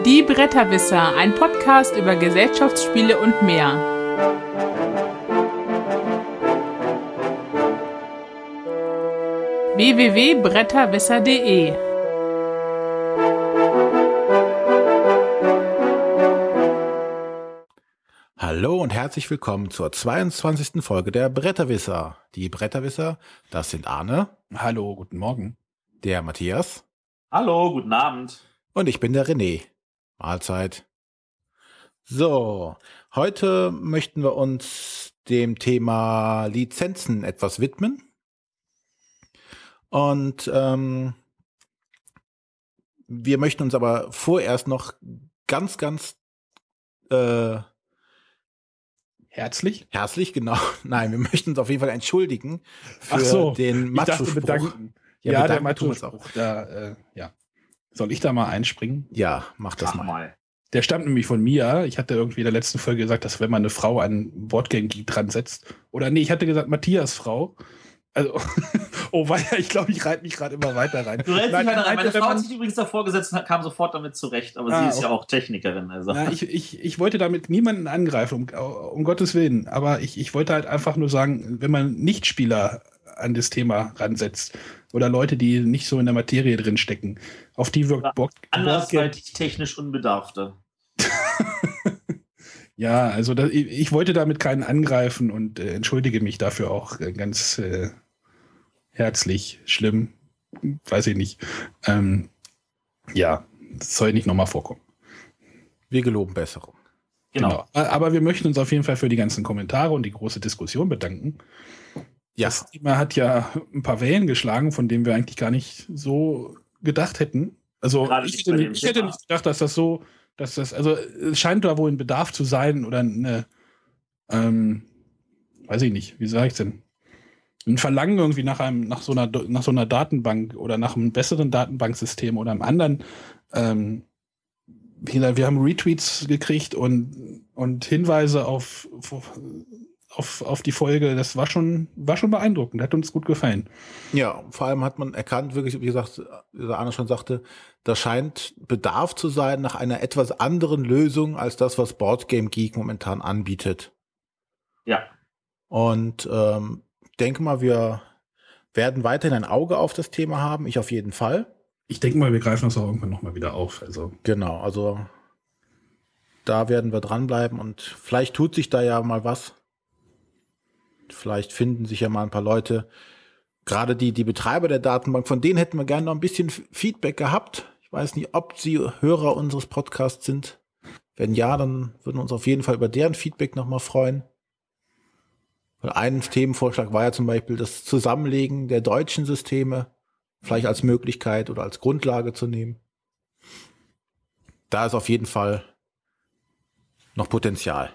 Die Bretterwisser, ein Podcast über Gesellschaftsspiele und mehr. www.bretterwisser.de Hallo und herzlich willkommen zur 22. Folge der Bretterwisser. Die Bretterwisser, das sind Arne. Hallo, guten Morgen. Der Matthias. Hallo, guten Abend. Und ich bin der René. Mahlzeit. So, heute möchten wir uns dem Thema Lizenzen etwas widmen. Und wir möchten uns aber vorerst noch ganz herzlich, genau. Nein, wir möchten uns auf jeden Fall entschuldigen für den Macho-Spruch. Bedanken. Ja, der Macho-Spruch. Soll ich da mal einspringen? Ja, mach das mal. Der stammt nämlich von mir. Ich hatte irgendwie in der letzten Folge gesagt, dass wenn man eine Frau an Boardgame-Geek dran setzt, oder nee, ich hatte gesagt Matthias Frau. Also, oh weia, ich glaube, ich reite mich gerade immer weiter rein. Du reitest mich weiter rein. Meine Frau hat sich übrigens davor gesetzt und kam sofort damit zurecht, aber sie ist ja auch Technikerin. Also. Na, ich wollte damit niemanden angreifen, um Gottes Willen, aber ich wollte halt einfach nur sagen, wenn man Nichtspieler an das Thema ransetzt oder Leute, die nicht so in der Materie drin stecken, auf die wirkt andersweitig technisch Unbedarfte. Ja, also ich wollte damit keinen angreifen und entschuldige mich dafür auch ganz herzlich. Schlimm, weiß ich nicht. Ja, das soll nicht nochmal vorkommen. Wir geloben Besserung. Genau. Aber wir möchten uns auf jeden Fall für die ganzen Kommentare und die große Diskussion bedanken. Ja. Das Thema hat ja ein paar Wellen geschlagen, von denen wir eigentlich gar nicht so gedacht hätten. Also ich hätte nicht gedacht, dass das also es scheint da wohl ein Bedarf zu sein oder eine, weiß ich nicht, wie sage ich denn? Ein Verlangen irgendwie nach so einer Datenbank oder nach einem besseren Datenbanksystem oder einem anderen. Wir haben Retweets gekriegt und Hinweise auf die Folge. Das war schon beeindruckend, hat uns gut gefallen. Ja, vor allem hat man erkannt, wirklich, wie gesagt, wie Arne schon sagte, da scheint Bedarf zu sein nach einer etwas anderen Lösung als das, was Boardgame Geek momentan anbietet. Ja. Und denke mal, wir werden weiterhin ein Auge auf das Thema haben, ich auf jeden Fall. Ich denke mal, wir greifen das auch irgendwann nochmal wieder auf. Genau, also da werden wir dranbleiben und vielleicht tut sich da ja mal was. Vielleicht finden sich ja mal ein paar Leute, gerade die Betreiber der Datenbank, von denen hätten wir gerne noch ein bisschen Feedback gehabt. Ich weiß nicht, ob sie Hörer unseres Podcasts sind. Wenn ja, dann würden wir uns auf jeden Fall über deren Feedback nochmal freuen. Weil ein Themenvorschlag war ja zum Beispiel das Zusammenlegen der deutschen Systeme, vielleicht als Möglichkeit oder als Grundlage zu nehmen. Da ist auf jeden Fall noch Potenzial.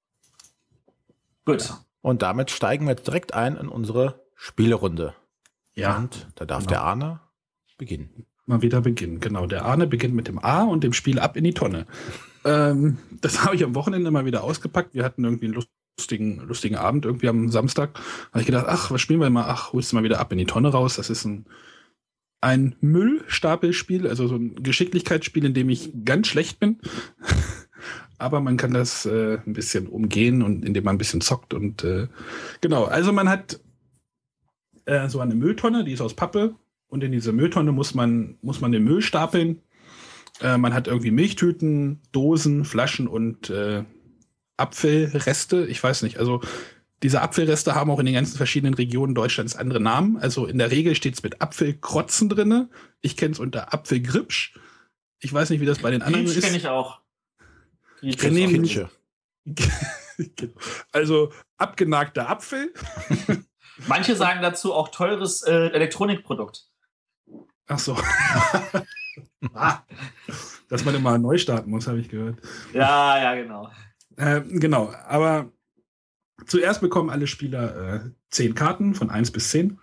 Gut. Und damit steigen wir jetzt direkt ein in unsere Spielerunde. Ja. Und da darf der Arne beginnen. Mal wieder beginnen, genau. Der Arne beginnt mit dem A und dem Spiel ab in die Tonne. Das habe ich am Wochenende mal wieder ausgepackt. Wir hatten irgendwie einen lustigen Abend, irgendwie am Samstag. Habe ich gedacht, was spielen wir mal? Holst du mal wieder ab in die Tonne raus. Das ist ein Müllstapelspiel, also so ein Geschicklichkeitsspiel, in dem ich ganz schlecht bin. Aber man kann das ein bisschen umgehen und indem man ein bisschen zockt und genau. Also man hat so eine Mülltonne, die ist aus Pappe und in diese Mülltonne muss man den Müll stapeln. Man hat irgendwie Milchtüten, Dosen, Flaschen und Apfelreste. Ich weiß nicht. Also diese Apfelreste haben auch in den ganzen verschiedenen Regionen Deutschlands andere Namen. Also in der Regel steht es mit Apfelkrotzen drinne. Ich kenne es unter Apfelgripsch. Ich weiß nicht, wie das bei den anderen ist. Das kenne ich auch. Also abgenagter Apfel. Manche sagen dazu auch teures Elektronikprodukt. Ach so. Dass man immer neu starten muss, habe ich gehört. Ja, genau. Genau, aber zuerst bekommen alle Spieler 10 Karten von 1 bis 10.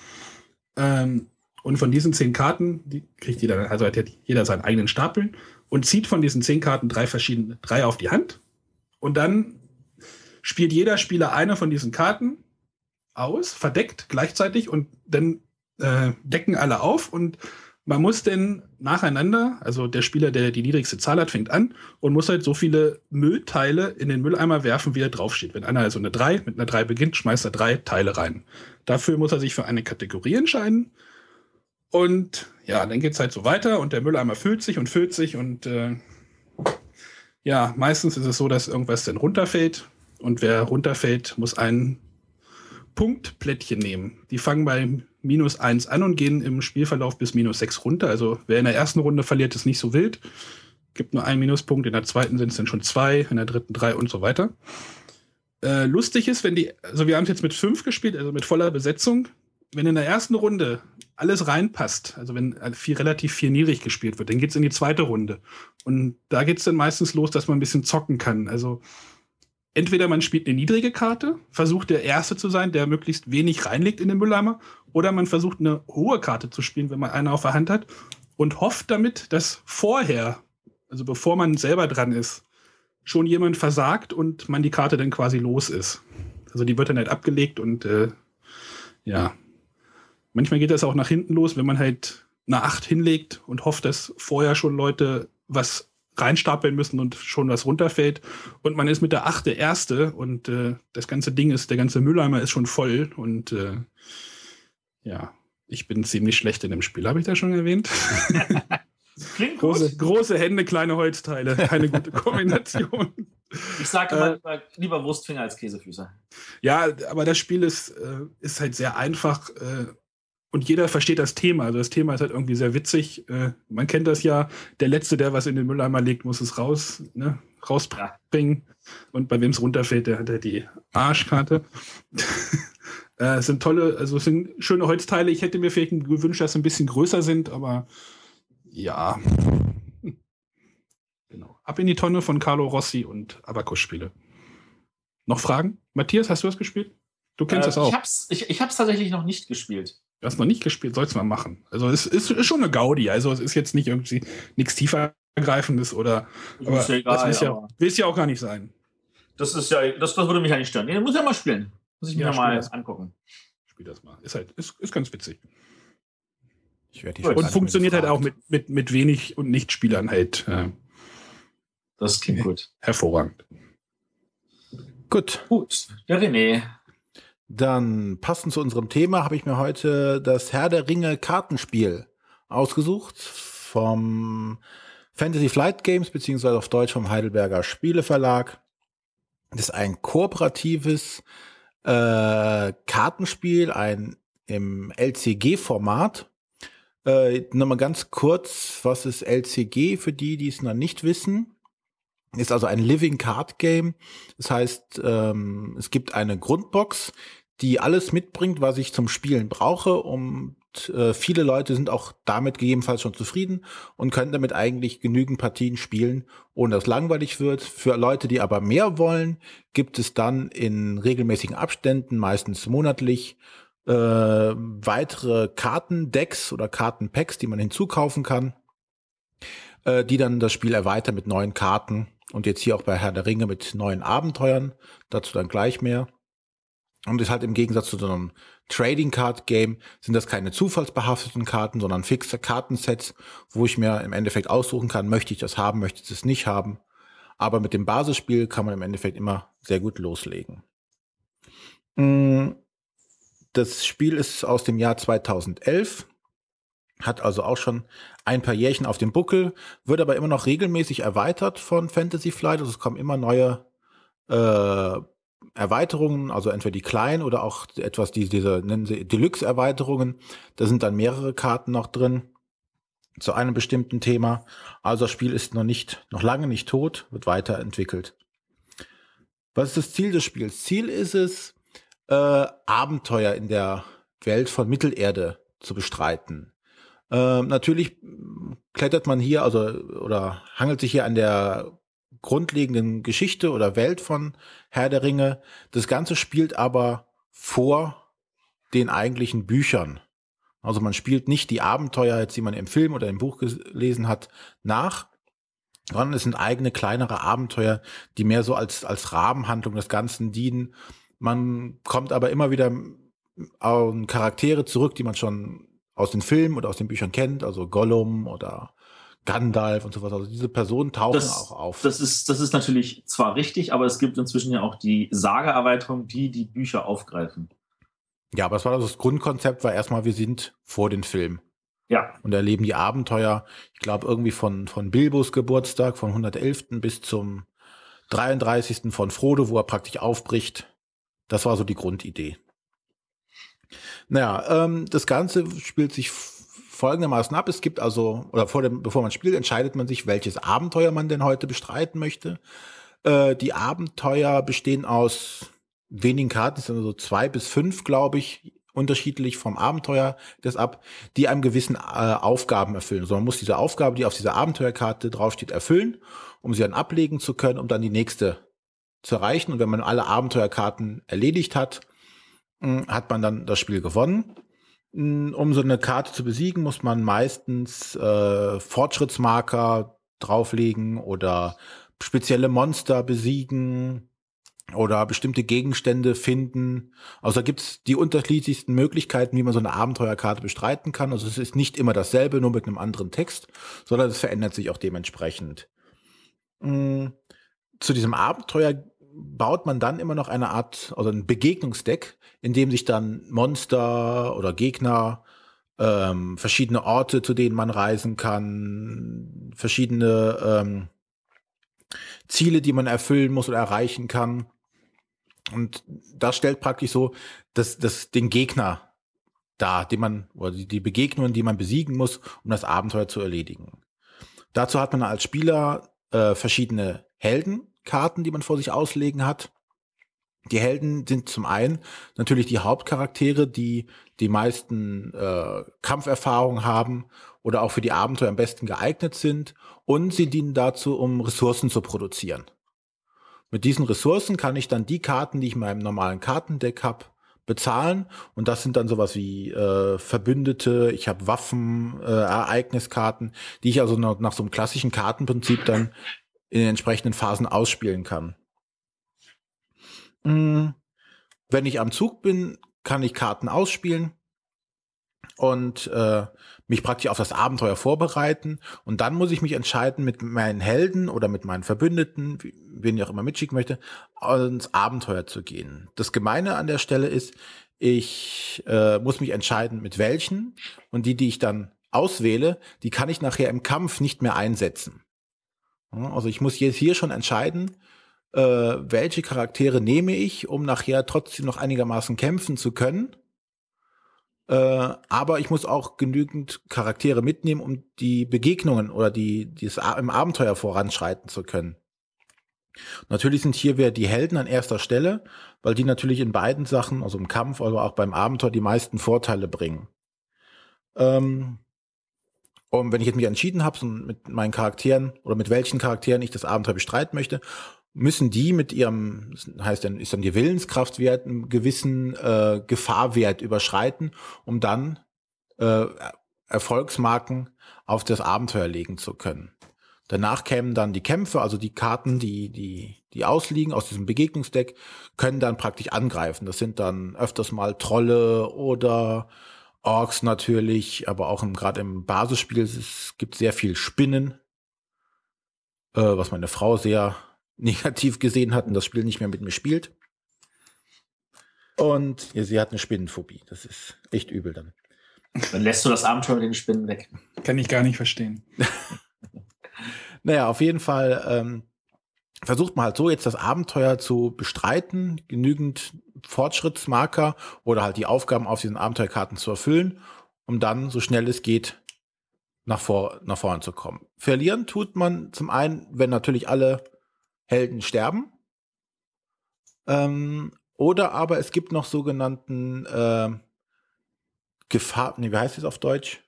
Und von diesen 10 Karten, die kriegt jeder, also hat jeder seinen eigenen Stapel und zieht von diesen 10 Karten 3 auf die Hand. Und dann spielt jeder Spieler eine von diesen Karten aus, verdeckt gleichzeitig und dann decken alle auf und man muss denn nacheinander, also der Spieler, der die niedrigste Zahl hat, fängt an und muss halt so viele Müllteile in den Mülleimer werfen, wie er draufsteht. Wenn einer also mit einer 3 beginnt, schmeißt er 3 Teile rein. Dafür muss er sich für eine Kategorie entscheiden. Und ja, dann geht's halt so weiter und der Mülleimer füllt sich und ja, meistens ist es so, dass irgendwas dann runterfällt und wer runterfällt, muss ein Punktplättchen nehmen. Die fangen bei -1 an und gehen im Spielverlauf bis -6 runter. Also wer in der ersten Runde verliert, ist nicht so wild. Gibt nur einen Minuspunkt, in der zweiten sind es dann schon 2, in der dritten 3 und so weiter. Lustig ist, also wir haben es jetzt mit 5 gespielt, also mit voller Besetzung. Wenn in der ersten Runde alles reinpasst, also wenn relativ viel niedrig gespielt wird, dann geht's in die zweite Runde. Und da geht's dann meistens los, dass man ein bisschen zocken kann. Also entweder man spielt eine niedrige Karte, versucht der Erste zu sein, der möglichst wenig reinlegt in den Mülleimer, oder man versucht eine hohe Karte zu spielen, wenn man eine auf der Hand hat, und hofft damit, dass vorher, also bevor man selber dran ist, schon jemand versagt und man die Karte dann quasi los ist. Also die wird dann halt abgelegt und ja. Manchmal geht das auch nach hinten los, wenn man halt eine 8 hinlegt und hofft, dass vorher schon Leute was reinstapeln müssen und schon was runterfällt. Und man ist mit der 8 der Erste und der ganze Mülleimer ist schon voll. Und ja, ich bin ziemlich schlecht in dem Spiel, habe ich das schon erwähnt? Klingt gut. Große Hände, kleine Holzteile, keine gute Kombination. Ich sage immer lieber Wurstfinger als Käsefüße. Ja, aber das Spiel ist halt sehr einfach und jeder versteht das Thema. Also das Thema ist halt irgendwie sehr witzig. Man kennt das ja, der Letzte, der was in den Mülleimer legt, muss es rausbringen. Und bei wem es runterfällt, der hat ja die Arschkarte. Es sind schöne Holzteile. Ich hätte mir vielleicht gewünscht, dass sie ein bisschen größer sind, aber ja. Genau. Ab in die Tonne von Carlo Rossi und Abacus-Spiele. Noch Fragen? Matthias, hast du das gespielt? Du kennst das auch. Ich hab's tatsächlich noch nicht gespielt. Du hast noch nicht gespielt, sollst du mal machen. Also es ist schon eine Gaudi. Also es ist jetzt nicht irgendwie nichts tiefergreifendes oder. Aber ist ja egal, das will es ja auch gar nicht sein. Das würde mich ja nicht stören. Den muss ich ja mal spielen. Muss ich mir mal angucken. Spiel das mal. Ist ganz witzig. Und funktioniert halt auch mit wenig und Nichtspielern halt. Das klingt gut. Hervorragend. Gut. Der René. Dann passend zu unserem Thema habe ich mir heute das Herr der Ringe Kartenspiel ausgesucht vom Fantasy Flight Games, beziehungsweise auf Deutsch vom Heidelberger Spieleverlag. Das ist ein kooperatives Kartenspiel, im LCG-Format. Nochmal ganz kurz, was ist LCG für die es noch nicht wissen? Ist also ein Living Card Game. Das heißt, es gibt eine Grundbox, die alles mitbringt, was ich zum Spielen brauche. Und viele Leute sind auch damit gegebenenfalls schon zufrieden und können damit eigentlich genügend Partien spielen, ohne dass es langweilig wird. Für Leute, die aber mehr wollen, gibt es dann in regelmäßigen Abständen, meistens monatlich, weitere Kartendecks oder Kartenpacks, die man hinzukaufen kann, die dann das Spiel erweitern mit neuen Karten. Und jetzt hier auch bei Herr der Ringe mit neuen Abenteuern. Dazu dann gleich mehr. Und ist halt im Gegensatz zu so einem Trading Card Game sind das keine zufallsbehafteten Karten, sondern fixe Kartensets, wo ich mir im Endeffekt aussuchen kann, möchte ich das haben, möchte ich das nicht haben. Aber mit dem Basisspiel kann man im Endeffekt immer sehr gut loslegen. Das Spiel ist aus dem Jahr 2011. Hat also auch schon ein paar Jährchen auf dem Buckel, wird aber immer noch regelmäßig erweitert von Fantasy Flight. Also es kommen immer neue Erweiterungen, also entweder die kleinen oder auch diese nennen sie Deluxe-Erweiterungen. Da sind dann mehrere Karten noch drin zu einem bestimmten Thema. Also das Spiel ist noch lange nicht tot, wird weiterentwickelt. Was ist das Ziel des Spiels? Ziel ist es, Abenteuer in der Welt von Mittelerde zu bestreiten. Natürlich klettert man hier, oder hangelt sich hier an der grundlegenden Geschichte oder Welt von Herr der Ringe. Das Ganze spielt aber vor den eigentlichen Büchern. Also man spielt nicht die Abenteuer, jetzt, die man im Film oder im Buch gelesen hat, nach, sondern es sind eigene kleinere Abenteuer, die mehr so als Rahmenhandlung des Ganzen dienen. Man kommt aber immer wieder an Charaktere zurück, die man schon aus den Filmen oder aus den Büchern kennt, also Gollum oder Gandalf und sowas. Also diese Personen tauchen auch auf. Das ist natürlich zwar richtig, aber es gibt inzwischen ja auch die Saga-Erweiterung, die Bücher aufgreifen. Ja, aber das Grundkonzept war erstmal, wir sind vor den Film. Ja. Und erleben die Abenteuer, ich glaube irgendwie von Bilbos Geburtstag, von 111. bis zum 33. von Frodo, wo er praktisch aufbricht. Das war so die Grundidee. Naja, das Ganze spielt sich folgendermaßen ab. Es gibt also, oder bevor man spielt, entscheidet man sich, welches Abenteuer man denn heute bestreiten möchte. Die Abenteuer bestehen aus wenigen Karten, es sind also 2 bis 5, glaube ich, unterschiedlich vom Abenteuer das ab, die einem gewissen Aufgaben erfüllen. Also man muss diese Aufgabe, die auf dieser Abenteuerkarte draufsteht, erfüllen, um sie dann ablegen zu können, um dann die nächste zu erreichen. Und wenn man alle Abenteuerkarten erledigt hat, hat man dann das Spiel gewonnen. Um so eine Karte zu besiegen, muss man meistens Fortschrittsmarker drauflegen oder spezielle Monster besiegen oder bestimmte Gegenstände finden. Also da gibt's die unterschiedlichsten Möglichkeiten, wie man so eine Abenteuerkarte bestreiten kann. Also es ist nicht immer dasselbe, nur mit einem anderen Text, sondern es verändert sich auch dementsprechend. Zu diesem Abenteuer baut man dann immer noch eine Art, also ein Begegnungsdeck, in dem sich dann Monster oder Gegner, verschiedene Orte, zu denen man reisen kann, verschiedene Ziele, die man erfüllen muss oder erreichen kann. Und das stellt praktisch so den Gegner dar, oder die Begegnungen, die man besiegen muss, um das Abenteuer zu erledigen. Dazu hat man als Spieler verschiedene Heldenkarten, die man vor sich auslegen hat. Die Helden sind zum einen natürlich die Hauptcharaktere, die die meisten Kampferfahrung haben oder auch für die Abenteuer am besten geeignet sind. Und sie dienen dazu, um Ressourcen zu produzieren. Mit diesen Ressourcen kann ich dann die Karten, die ich in meinem normalen Kartendeck habe, bezahlen. Und das sind dann sowas wie Verbündete, ich habe Waffen, Ereigniskarten, die ich also nach so einem klassischen Kartenprinzip dann in den entsprechenden Phasen ausspielen kann. Wenn ich am Zug bin, kann ich Karten ausspielen und mich praktisch auf das Abenteuer vorbereiten. Und dann muss ich mich entscheiden, mit meinen Helden oder mit meinen Verbündeten, wen ich auch immer mitschicken möchte, ins Abenteuer zu gehen. Das Gemeine an der Stelle ist, ich muss mich entscheiden, mit welchen. Und die ich dann auswähle, die kann ich nachher im Kampf nicht mehr einsetzen. Also ich muss jetzt hier schon entscheiden, welche Charaktere nehme ich, um nachher trotzdem noch einigermaßen kämpfen zu können. Aber ich muss auch genügend Charaktere mitnehmen, um die Begegnungen oder die im Abenteuer voranschreiten zu können. Natürlich sind hier wieder die Helden an erster Stelle, weil die natürlich in beiden Sachen, also im Kampf, aber auch beim Abenteuer, die meisten Vorteile bringen. Und wenn ich jetzt mich entschieden habe, so mit meinen Charakteren oder mit welchen Charakteren ich das Abenteuer bestreiten möchte, müssen die mit ihrem, ist dann die Willenskraftwert, einen gewissen Gefahrwert überschreiten, um dann Erfolgsmarken auf das Abenteuer legen zu können. Danach kämen dann die Kämpfe, also die Karten, die ausliegen aus diesem Begegnungsdeck, können dann praktisch angreifen. Das sind dann öfters mal Trolle oder Orks natürlich, aber auch gerade im Basisspiel, es gibt sehr viel Spinnen, was meine Frau sehr negativ gesehen hat und das Spiel nicht mehr mit mir spielt. Und ja, sie hat eine Spinnenphobie. Das ist echt übel dann. Dann lässt du das Abenteuer mit den Spinnen weg. Kann ich gar nicht verstehen. Naja, auf jeden Fall versucht man halt so jetzt das Abenteuer zu bestreiten, genügend Fortschrittsmarker oder halt die Aufgaben auf diesen Abenteuerkarten zu erfüllen, um dann so schnell es geht nach vorne zu kommen. Verlieren tut man zum einen, wenn natürlich alle Helden sterben. Oder aber es gibt noch sogenannten wie heißt es auf Deutsch?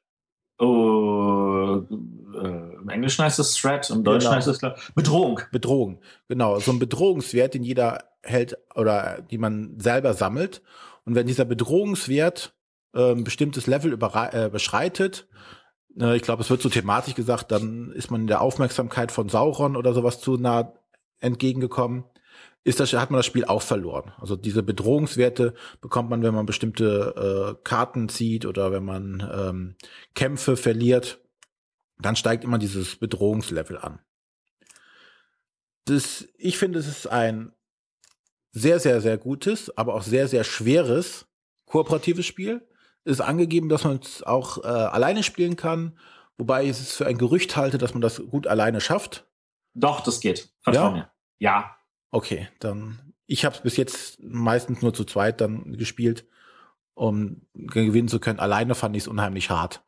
Im Englischen heißt es Threat, im Deutschen heißt es Bedrohung. Bedrohung, genau. So ein Bedrohungswert, den jeder Held oder die man selber sammelt. Und wenn dieser Bedrohungswert ein bestimmtes Level überschreitet, ich glaube, es wird so thematisch gesagt, dann ist man in der Aufmerksamkeit von Sauron oder sowas zu nah entgegengekommen. hat man das Spiel auch verloren. Also diese Bedrohungswerte bekommt man, wenn man bestimmte Karten zieht oder wenn man Kämpfe verliert, dann steigt immer dieses Bedrohungslevel an. Ich finde, es ist ein sehr, sehr, sehr gutes, aber auch sehr, sehr schweres kooperatives Spiel. Es ist angegeben, dass man es auch alleine spielen kann, wobei ich es für ein Gerücht halte, dass man das gut alleine schafft. Doch, das geht. Vertrau mir. Ja. Okay, dann. Ich habe es bis jetzt meistens nur zu zweit dann gespielt, um gewinnen zu können. Alleine fand ich es unheimlich hart.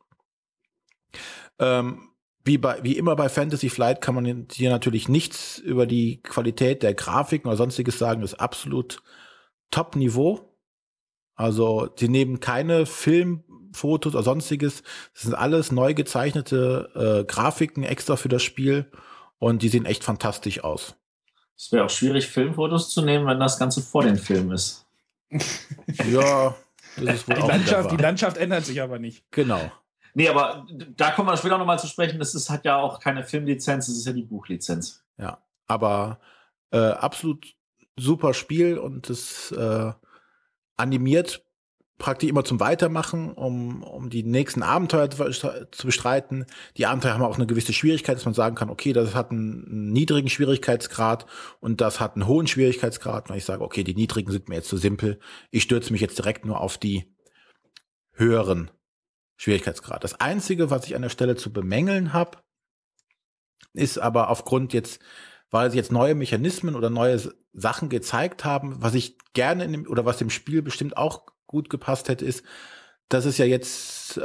Wie immer bei Fantasy Flight kann man hier natürlich nichts über die Qualität der Grafiken oder sonstiges sagen. Das ist absolut Top-Niveau. Also sie nehmen keine Filmfotos oder sonstiges. Das sind alles neu gezeichnete Grafiken extra für das Spiel und die sehen echt fantastisch aus. Es wäre auch schwierig, Filmfotos zu nehmen, wenn das Ganze vor den Film ist. Ja, das ist wohl auch die Landschaft ändert sich aber nicht. Genau. Nee, aber da kommen wir später nochmal zu sprechen. Hat ja auch keine Filmlizenz, das ist ja die Buchlizenz. Ja, aber absolut super Spiel und es animiert praktisch immer zum Weitermachen, um die nächsten Abenteuer zu bestreiten. Die Abenteuer haben auch eine gewisse Schwierigkeit, dass man sagen kann, okay, das hat einen niedrigen Schwierigkeitsgrad und das hat einen hohen Schwierigkeitsgrad. Wenn ich sage, okay, die niedrigen sind mir jetzt zu simpel, ich stürze mich jetzt direkt nur auf die höheren Schwierigkeitsgrad. Das Einzige, was ich an der Stelle zu bemängeln habe, ist aber aufgrund jetzt, weil sie jetzt neue Mechanismen oder neue Sachen gezeigt haben, was ich gerne was dem Spiel bestimmt auch gut gepasst hätte, ist, dass es ja jetzt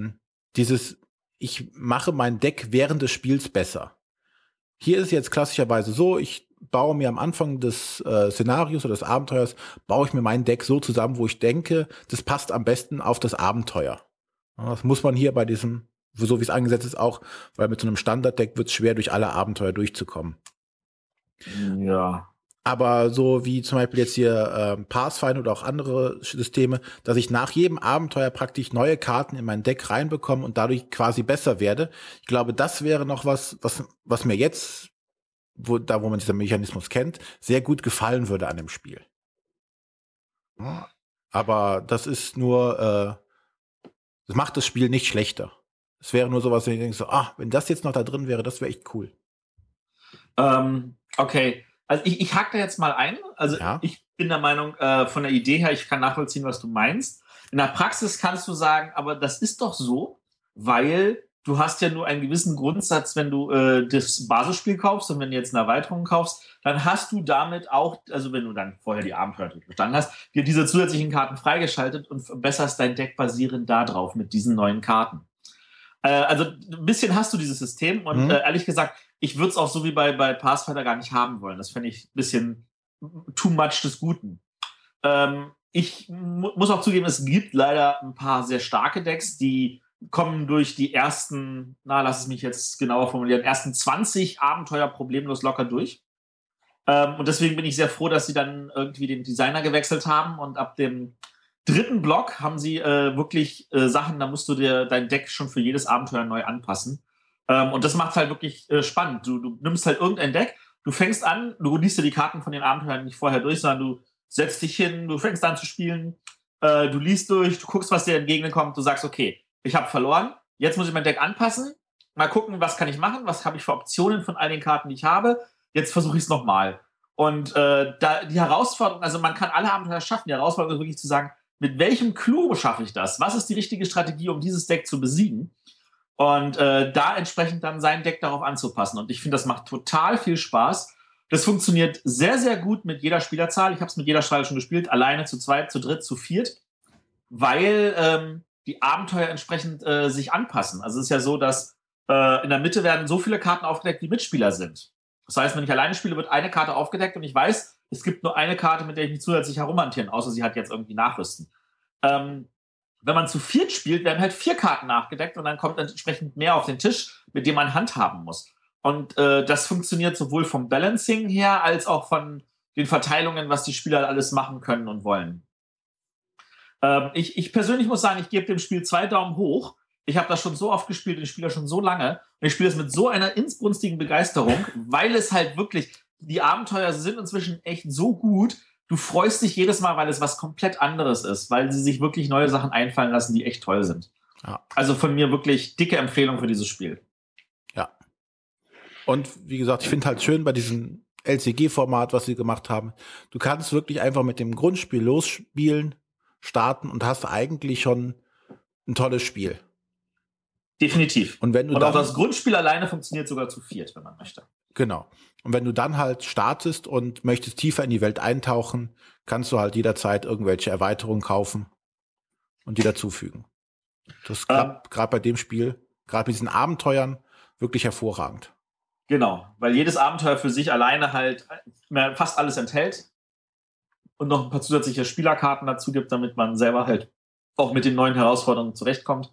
ich mache mein Deck während des Spiels besser. Hier ist jetzt klassischerweise so, ich baue mir am Anfang des Szenarios oder des Abenteuers, baue ich mir mein Deck so zusammen, wo ich denke, das passt am besten auf das Abenteuer. Das muss man hier bei diesem, so wie es angesetzt ist, auch, weil mit so einem Standarddeck wird es schwer, durch alle Abenteuer durchzukommen. Ja. Aber so wie zum Beispiel jetzt hier Pathfinder oder auch andere Systeme, dass ich nach jedem Abenteuer praktisch neue Karten in mein Deck reinbekomme und dadurch quasi besser werde. Ich glaube, das wäre noch was mir jetzt, wo man diesen Mechanismus kennt, sehr gut gefallen würde an dem Spiel. Ja, aber das ist nur, das macht das Spiel nicht schlechter. Es wäre nur sowas, wenn ich denke so, wenn das jetzt noch da drin wäre, das wäre echt cool. Okay. Also ich hake da jetzt mal ein. Also ja. Ich bin der Meinung, von der Idee her, ich kann nachvollziehen, was du meinst. In der Praxis kannst du sagen, aber das ist doch so, weil du hast ja nur einen gewissen Grundsatz, wenn du das Basisspiel kaufst und wenn du jetzt eine Erweiterung kaufst, dann hast du damit auch, also wenn du dann vorher die Abenteuer bestanden hast, dir diese zusätzlichen Karten freigeschaltet und verbesserst dein Deck basierend darauf mit diesen neuen Karten. Also ein bisschen hast du dieses System und ehrlich gesagt, ich würde es auch so wie bei Pathfinder gar nicht haben wollen. Das fände ich ein bisschen too much des Guten. Ich muss auch zugeben, es gibt leider ein paar sehr starke Decks, die kommen durch die ersten, lass es mich jetzt genauer formulieren, ersten 20 Abenteuer problemlos locker durch. Und deswegen bin ich sehr froh, dass sie dann irgendwie den Designer gewechselt haben und ab dem 3. Block haben sie wirklich Sachen, da musst du dir dein Deck schon für jedes Abenteuer neu anpassen. Und das macht es halt wirklich spannend. Du nimmst halt irgendein Deck, du fängst an, du liest dir die Karten von den Abenteuern nicht vorher durch, sondern du setzt dich hin, du fängst an zu spielen, du liest durch, du guckst, was dir entgegenkommt, du sagst, okay, ich habe verloren, jetzt muss ich mein Deck anpassen, mal gucken, was kann ich machen, was habe ich für Optionen von all den Karten, die ich habe, jetzt versuche ich es nochmal. Und da die Herausforderung, also man kann alle Abenteuer schaffen, die Herausforderung ist wirklich zu sagen, mit welchem Clou schaffe ich das? Was ist die richtige Strategie, um dieses Deck zu besiegen? Und da entsprechend dann sein Deck darauf anzupassen. Und ich finde, das macht total viel Spaß. Das funktioniert sehr, sehr gut mit jeder Spielerzahl. Ich habe es mit jeder Spieler schon gespielt, alleine, zu zweit, zu dritt, zu viert, weil die Abenteuer entsprechend sich anpassen. Also es ist ja so, dass in der Mitte werden so viele Karten aufgedeckt, wie Mitspieler sind. Das heißt, wenn ich alleine spiele, wird eine Karte aufgedeckt und ich weiß, es gibt nur eine Karte, mit der ich mich zusätzlich herumhantieren, außer sie hat jetzt irgendwie Nachrüsten. Wenn man zu viert spielt, werden halt 4 Karten nachgedeckt und dann kommt entsprechend mehr auf den Tisch, mit dem man handhaben muss. Und das funktioniert sowohl vom Balancing her, als auch von den Verteilungen, was die Spieler alles machen können und wollen. Ich persönlich muss sagen, ich gebe dem Spiel 2 Daumen hoch. Ich habe das schon so oft gespielt und ich spiele das schon so lange. Und ich spiele das mit so einer inbrunstigen Begeisterung, weil es halt wirklich, die Abenteuer sind inzwischen echt so gut, du freust dich jedes Mal, weil es was komplett anderes ist, weil sie sich wirklich neue Sachen einfallen lassen, die echt toll sind. Ja. Also von mir wirklich dicke Empfehlung für dieses Spiel. Ja. Und wie gesagt, ich finde halt schön bei diesem LCG-Format, was sie gemacht haben, du kannst wirklich einfach mit dem Grundspiel losspielen, starten und hast eigentlich schon ein tolles Spiel. Definitiv. Und wenn du auch das Grundspiel alleine funktioniert sogar zu viert, wenn man möchte. Genau. Und wenn du dann halt startest und möchtest tiefer in die Welt eintauchen, kannst du halt jederzeit irgendwelche Erweiterungen kaufen und die dazufügen. Das ist gerade bei dem Spiel, gerade bei diesen Abenteuern, wirklich hervorragend. Genau, weil jedes Abenteuer für sich alleine halt fast alles enthält und noch ein paar zusätzliche Spielerkarten dazu gibt, damit man selber halt auch mit den neuen Herausforderungen zurechtkommt.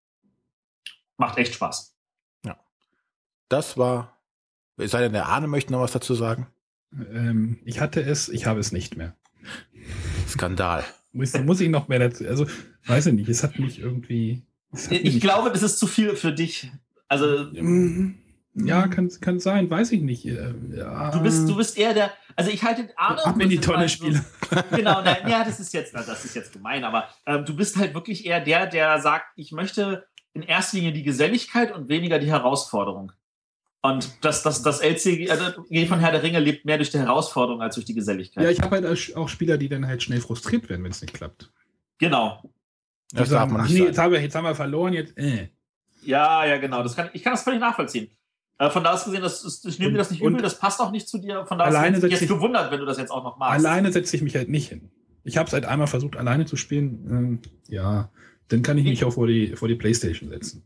Macht echt Spaß. Ja. Das war, es sei denn, der Arne möchte noch was dazu sagen. Ich hatte es, ich habe es nicht mehr. Skandal. Muss ich noch mehr dazu, also weiß ich nicht, es hat mich irgendwie... Ich glaube, das ist zu viel für dich. Also... Ja, kann sein, weiß ich nicht. Ja. Du bist eher der, also ich halte Arne... Ab in die Tonne spielen. So, genau, das ist jetzt gemein, aber du bist halt wirklich eher der sagt, ich möchte in erster Linie die Geselligkeit und weniger die Herausforderung. Und das LCG von Herr der Ringe lebt mehr durch die Herausforderung als durch die Geselligkeit. Ja, ich habe halt auch Spieler, die dann halt schnell frustriert werden, wenn es nicht klappt. Genau. Die sagen, ach nee, jetzt haben wir verloren, jetzt Ja, genau. Ich kann das völlig nachvollziehen. Von da aus gesehen, ich nehme dir das nicht übel, das passt auch nicht zu dir. Von da aus bin ich jetzt gewundert, wenn du das jetzt auch noch machst. Alleine setze ich mich halt nicht hin. Ich habe es halt einmal versucht, alleine zu spielen. Dann kann ich mich auch vor die Playstation setzen.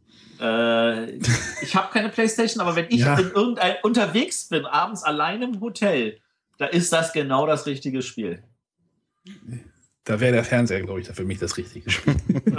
Ich habe keine Playstation, aber wenn ich unterwegs bin, abends alleine im Hotel, da ist das genau das richtige Spiel. Da wäre der Fernseher, glaube ich, für mich das richtige Spiel.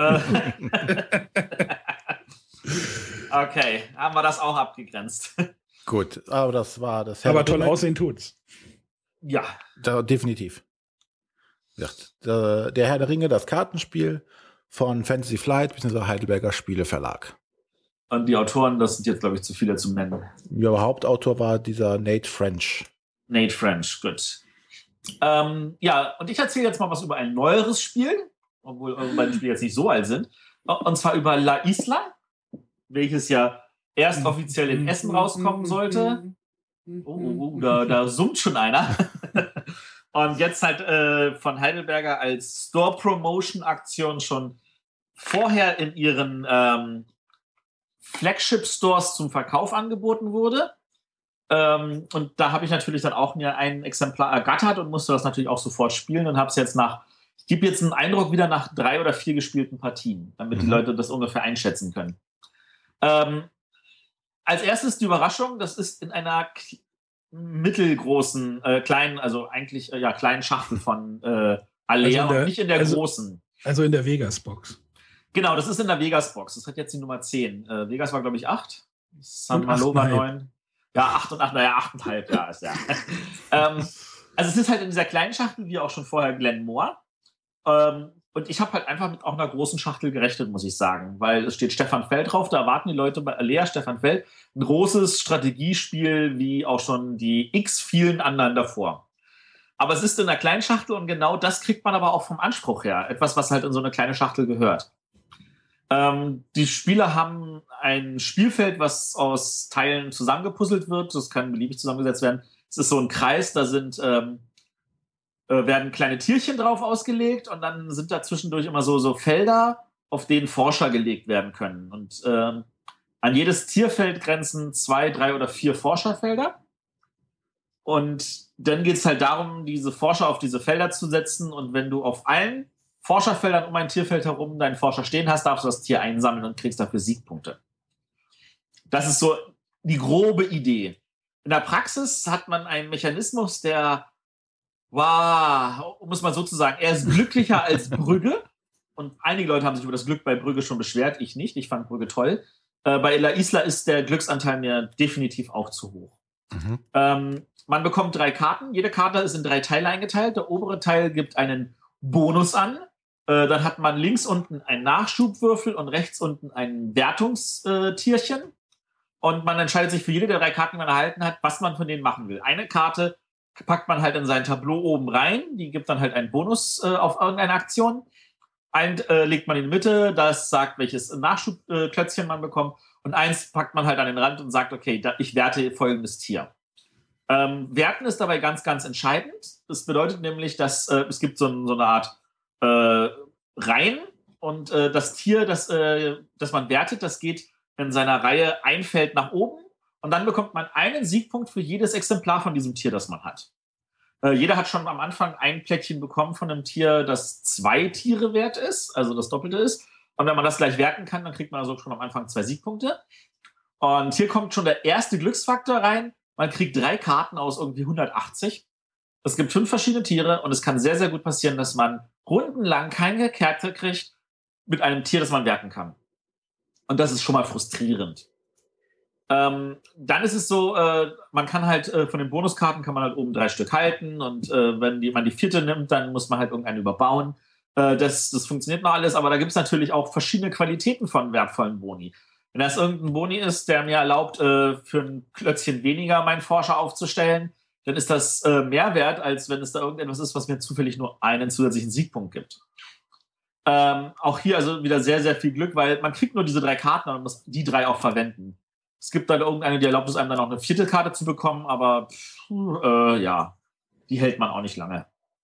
Okay, haben wir das auch abgegrenzt. Gut, aber das war das. Aber toll aussehen tut's. Ja. Definitiv. Ja, der Herr der Ringe, das Kartenspiel von Fantasy Flight bzw. Heidelberger Spieleverlag. Und die Autoren, das sind jetzt, glaube ich, zu viele zum Nennen. Ja, aber Hauptautor war dieser Nate French. Nate French, gut. Und ich erzähle jetzt mal was über ein neueres Spiel, obwohl beide Spiele jetzt nicht so alt sind. Und zwar über La Isla, welches ja erst offiziell in Essen rauskommen sollte. Da summt schon einer. Und jetzt halt von Heidelberger als Store-Promotion-Aktion schon vorher in ihren Flagship-Stores zum Verkauf angeboten wurde. Und da habe ich natürlich dann auch mir ein Exemplar ergattert und musste das natürlich auch sofort spielen und habe es jetzt ich gebe jetzt einen Eindruck wieder nach 3 oder 4 gespielten Partien, damit die Leute das ungefähr einschätzen können. Als erstes die Überraschung, das ist in einer mittelgroßen, kleinen, also eigentlich kleinen Schachtel von Alea und nicht in der großen. Also in der Vegas-Box. Genau, das ist in der Vegas-Box. Das hat jetzt die Nummer 10. Vegas war, glaube ich, 8. San Malo war 9. Ja, 8 und 8, 8,5, ja. Ist ja. Also es ist halt in dieser kleinen Schachtel, wie auch schon vorher Glenmore. Und ich habe halt einfach mit auch einer großen Schachtel gerechnet, muss ich sagen, weil es steht Stefan Feld drauf, da erwarten die Leute bei Alea Stefan Feld ein großes Strategiespiel, wie auch schon die x vielen anderen davor. Aber es ist in einer kleinen Schachtel und genau das kriegt man aber auch vom Anspruch her. Etwas, was halt in so eine kleine Schachtel gehört. Die Spieler haben ein Spielfeld, was aus Teilen zusammengepuzzelt wird. Das kann beliebig zusammengesetzt werden. Es ist so ein Kreis, da werden kleine Tierchen drauf ausgelegt und dann sind da zwischendurch immer so Felder, auf denen Forscher gelegt werden können. Und an jedes Tierfeld grenzen 2, 3 oder 4 Forscherfelder. Und dann geht es halt darum, diese Forscher auf diese Felder zu setzen. Und wenn du auf allen Forscherfeldern um ein Tierfeld herum deinen Forscher stehen hast, darfst du das Tier einsammeln und kriegst dafür Siegpunkte. Das ist so die grobe Idee. In der Praxis hat man einen Mechanismus, der um es mal so zu sagen, er ist glücklicher als Brügge. Und einige Leute haben sich über das Glück bei Brügge schon beschwert. Ich nicht. Ich fand Brügge toll. Bei La Isla ist der Glücksanteil mir definitiv auch zu hoch. Man bekommt 3 Karten. Jede Karte ist in 3 Teile eingeteilt. Der obere Teil gibt einen Bonus an. Dann hat man links unten einen Nachschubwürfel und rechts unten ein Wertungstierchen. und man entscheidet sich für jede der 3 Karten, die man erhalten hat, was man von denen machen will. Eine Karte packt man halt in sein Tableau oben rein, die gibt dann halt einen Bonus auf irgendeine Aktion. Ein legt man in die Mitte, das sagt, welches Nachschubklötzchen man bekommt. Und eins packt man halt an den Rand und sagt, okay, ich werte folgendes Tier. Werten ist dabei ganz, ganz entscheidend. Das bedeutet nämlich, dass es gibt so eine Art Reihen und das Tier, das man wertet, das geht in seiner Reihe ein Feld nach oben und dann bekommt man einen Siegpunkt für jedes Exemplar von diesem Tier, das man hat. Jeder hat schon am Anfang ein Plättchen bekommen von einem Tier, das 2 Tiere wert ist, also das Doppelte ist. Und wenn man das gleich werten kann, dann kriegt man also schon am Anfang 2 Siegpunkte. Und hier kommt schon der erste Glücksfaktor rein. Man kriegt 3 Karten aus irgendwie 180. Es gibt 5 verschiedene Tiere und es kann sehr, sehr gut passieren, dass man rundenlang keine Karte kriegt mit einem Tier, das man werten kann. Und das ist schon mal frustrierend. Dann ist es so, man kann halt von den Bonuskarten kann man halt oben 3 Stück halten und wenn man die 4. nimmt, dann muss man halt irgendeine überbauen. Das funktioniert noch alles, aber da gibt es natürlich auch verschiedene Qualitäten von wertvollen Boni. Wenn das irgendein Boni ist, der mir erlaubt, für ein Klötzchen weniger meinen Forscher aufzustellen, dann ist das mehr wert, als wenn es da irgendetwas ist, was mir zufällig nur einen zusätzlichen Siegpunkt gibt. Auch hier also wieder sehr, sehr viel Glück, weil man kriegt nur diese 3 Karten und muss die 3 auch verwenden. Es gibt dann irgendeine, die erlaubt es einem dann noch eine 4. Karte zu bekommen, aber ja, die hält man auch nicht lange.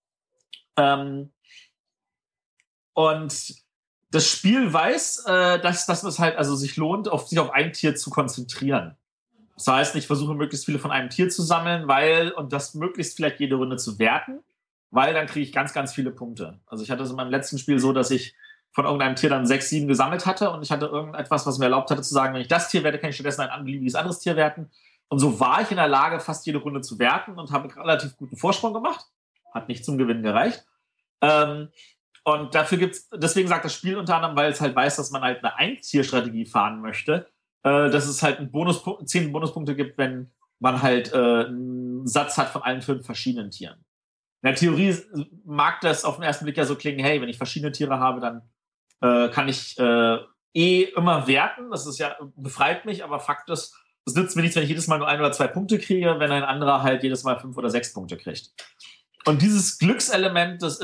Und das Spiel weiß, dass es halt also sich lohnt, sich auf ein Tier zu konzentrieren. Das heißt, ich versuche möglichst viele von einem Tier zu sammeln, und das möglichst vielleicht jede Runde zu werten, weil dann kriege ich ganz, ganz viele Punkte. Also ich hatte es in meinem letzten Spiel so, dass ich von irgendeinem Tier dann 6, 7 gesammelt hatte und ich hatte irgendetwas, was mir erlaubt hatte zu sagen, wenn ich das Tier werte, kann ich stattdessen ein beliebiges anderes Tier werten. Und so war ich in der Lage, fast jede Runde zu werten und habe einen relativ guten Vorsprung gemacht. Hat nicht zum Gewinnen gereicht. Und deswegen sagt das Spiel unter anderem, weil es halt weiß, dass man halt eine Ein-Tier-Strategie fahren möchte, dass es halt 10 Bonuspunkte gibt, wenn man halt einen Satz hat von allen 5 verschiedenen Tieren. In der Theorie mag das auf den ersten Blick ja so klingen, hey, wenn ich verschiedene Tiere habe, dann kann ich immer werten. Das ist ja, befreit mich, aber Fakt ist, es nützt mir nichts, wenn ich jedes Mal nur 1 oder 2 Punkte kriege, wenn ein anderer halt jedes Mal 5 oder 6 Punkte kriegt. Und dieses Glückselement, es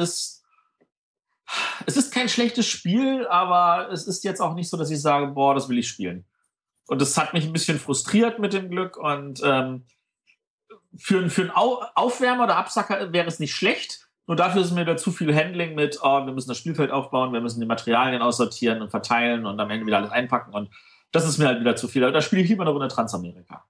ist kein schlechtes Spiel, aber es ist jetzt auch nicht so, dass ich sage, boah, das will ich spielen. Und das hat mich ein bisschen frustriert mit dem Glück und für einen Aufwärmer oder Absacker wäre es nicht schlecht. Nur dafür ist mir da zu viel Handling mit, wir müssen das Spielfeld aufbauen, wir müssen die Materialien aussortieren und verteilen und am Ende wieder alles einpacken. Und das ist mir halt wieder zu viel. Da spiele ich lieber eine Runde Transamerika.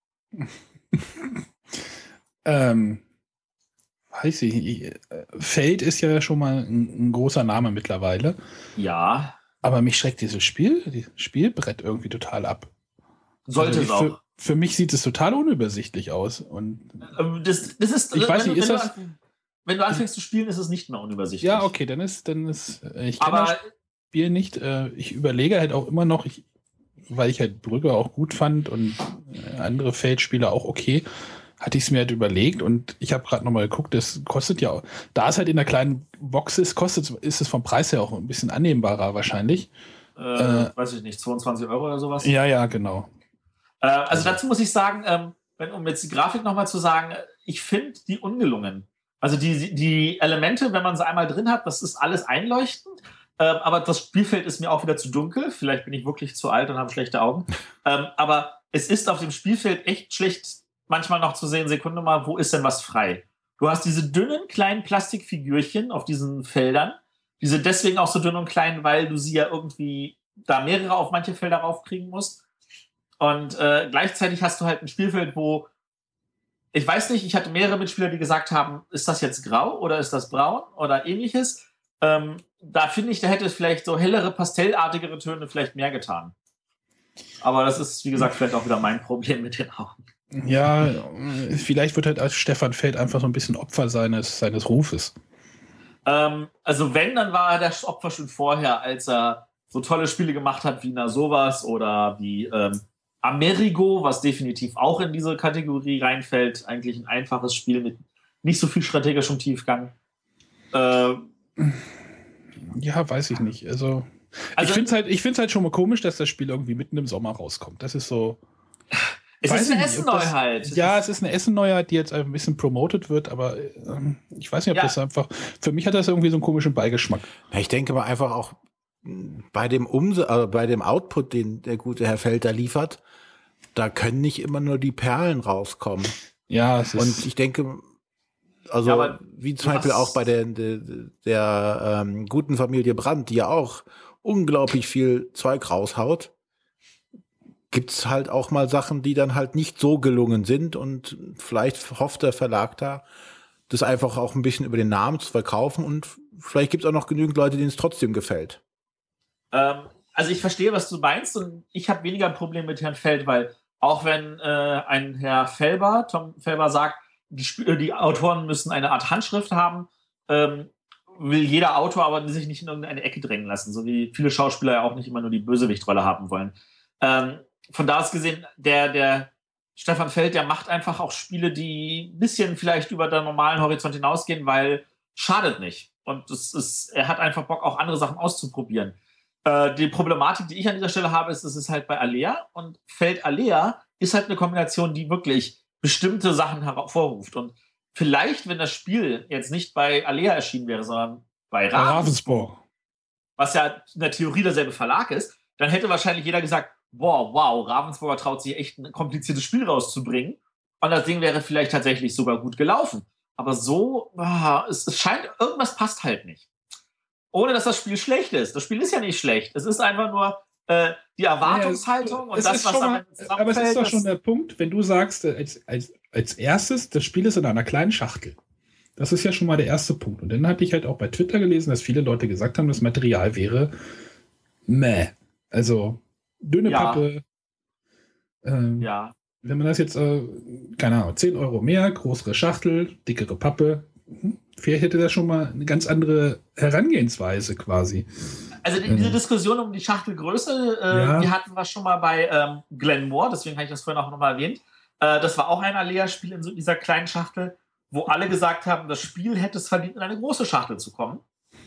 Weiß ich, Feld ist ja schon mal ein großer Name mittlerweile. Ja. Aber mich schreckt dieses Spielbrett irgendwie total ab. Sollte es auch. Für mich sieht es total unübersichtlich aus. Und das ist, ich weiß nicht, ist das... Wenn du anfängst zu spielen, ist es nicht mehr unübersichtlich. Ja, okay, dann ist ich kenne das Spiel nicht. Ich überlege halt auch immer noch, weil ich halt Brügge auch gut fand und andere Feldspiele auch okay, hatte ich es mir halt überlegt und ich habe gerade nochmal geguckt, das kostet ja, da es halt in der kleinen Box ist, ist es vom Preis her auch ein bisschen annehmbarer wahrscheinlich. Weiß ich nicht, 22 € oder sowas? Ja, genau. Also dazu muss ich sagen, um jetzt die Grafik nochmal zu sagen, ich finde die ungelungen. Also die Elemente, wenn man sie einmal drin hat, das ist alles einleuchtend, aber das Spielfeld ist mir auch wieder zu dunkel. Vielleicht bin ich wirklich zu alt und habe schlechte Augen. Aber es ist auf dem Spielfeld echt schlecht, manchmal noch zu sehen, Sekunde mal, wo ist denn was frei? Du hast diese dünnen, kleinen Plastikfigürchen auf diesen Feldern. Die sind deswegen auch so dünn und klein, weil du sie ja irgendwie da mehrere auf manche Felder raufkriegen musst. Und gleichzeitig hast du halt ein Spielfeld, wo ich weiß nicht, ich hatte mehrere Mitspieler, die gesagt haben, ist das jetzt grau oder ist das braun oder ähnliches. Da finde ich, da hätte es vielleicht so hellere, pastellartigere Töne vielleicht mehr getan. Aber das ist, wie gesagt, vielleicht auch wieder mein Problem mit den Augen. Ja, vielleicht wird halt als Stefan Feld einfach so ein bisschen Opfer seines Rufes. Also wenn, dann war er der Opfer schon vorher, als er so tolle Spiele gemacht hat wie sowas oder wie Amerigo, was definitiv auch in diese Kategorie reinfällt. Eigentlich ein einfaches Spiel mit nicht so viel strategischem Tiefgang. Ja, weiß ich nicht. Also ich finde es halt schon mal komisch, dass das Spiel irgendwie mitten im Sommer rauskommt. Das ist so... Es ist eine Essen-Neuheit. Ja, es ist eine Essen-Neuheit, die jetzt ein bisschen promoted wird, aber ich weiß nicht, ob das einfach, für mich hat das irgendwie so einen komischen Beigeschmack. Ja, ich denke mal einfach auch bei dem bei dem Output, den der gute Herr Felder liefert, da können nicht immer nur die Perlen rauskommen. Ja, und ich denke, also ja, wie zum Beispiel auch bei der guten Familie Brandt, die ja auch unglaublich viel Zeug raushaut, gibt's halt auch mal Sachen, die dann halt nicht so gelungen sind und vielleicht hofft der Verlag da, das einfach auch ein bisschen über den Namen zu verkaufen und vielleicht gibt's auch noch genügend Leute, denen es trotzdem gefällt. Also ich verstehe, was du meinst und ich habe weniger ein Problem mit Herrn Feld, weil auch wenn ein Herr Felber, Tom Felber sagt, die Autoren müssen eine Art Handschrift haben, will jeder Autor aber sich nicht in irgendeine Ecke drängen lassen, so wie viele Schauspieler ja auch nicht immer nur die Bösewichtrolle haben wollen. Von da aus gesehen, der Stefan Feld, der macht einfach auch Spiele, die ein bisschen vielleicht über den normalen Horizont hinausgehen, weil schadet nicht. Und er hat einfach Bock, auch andere Sachen auszuprobieren. Die Problematik, die ich an dieser Stelle habe, ist, es ist halt bei Alea und Feld Alea ist halt eine Kombination, die wirklich bestimmte Sachen hervorruft. Und vielleicht, wenn das Spiel jetzt nicht bei Alea erschienen wäre, sondern bei Ravensburg, was ja in der Theorie derselbe Verlag ist, dann hätte wahrscheinlich jeder gesagt, boah, wow, Ravensburger traut sich echt ein kompliziertes Spiel rauszubringen. Und das Ding wäre vielleicht tatsächlich sogar gut gelaufen. Aber so, es scheint, irgendwas passt halt nicht. Ohne, dass das Spiel schlecht ist. Das Spiel ist ja nicht schlecht. Es ist einfach nur die Erwartungshaltung und das, was am Ende zusammenfällt. Aber es ist doch schon der Punkt, wenn du sagst, als erstes, das Spiel ist in einer kleinen Schachtel. Das ist ja schon mal der erste Punkt. Und dann hatte ich halt auch bei Twitter gelesen, dass viele Leute gesagt haben, das Material wäre meh. Also dünne Pappe. Wenn man das jetzt, keine Ahnung, 10 Euro mehr, größere Schachtel, dickere Pappe, vielleicht hätte das schon mal eine ganz andere Herangehensweise quasi. Also diese Diskussion um die Schachtelgröße, die hatten wir schon mal bei Glenn Moore, deswegen habe ich das vorhin auch nochmal erwähnt. Das war auch ein Alea-Spiel in so dieser kleinen Schachtel, wo alle gesagt haben, das Spiel hätte es verdient, in eine große Schachtel zu kommen.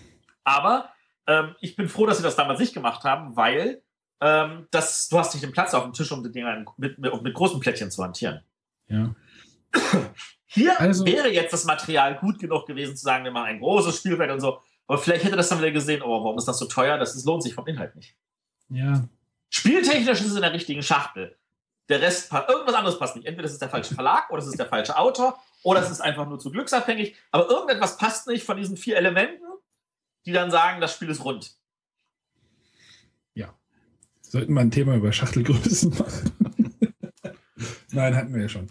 Aber ich bin froh, dass sie das damals nicht gemacht haben, weil du hast nicht den Platz auf dem Tisch, um die Dinger mit großen Plättchen zu hantieren. Ja. Hier wäre jetzt das Material gut genug gewesen, zu sagen, wir machen ein großes Spielfeld und so. Aber vielleicht hätte das dann wieder gesehen, oh, warum ist das so teuer? Das lohnt sich vom Inhalt nicht. Ja. Spieltechnisch ist es in der richtigen Schachtel. Der Rest, irgendwas anderes passt nicht. Entweder es ist der falsche Verlag oder es ist der falsche Autor oder es ist einfach nur zu glücksabhängig. Aber irgendetwas passt nicht von diesen 4 Elementen, die dann sagen, das Spiel ist rund. Ja. Sollten wir ein Thema über Schachtelgrößen machen? Nein, hatten wir ja schon.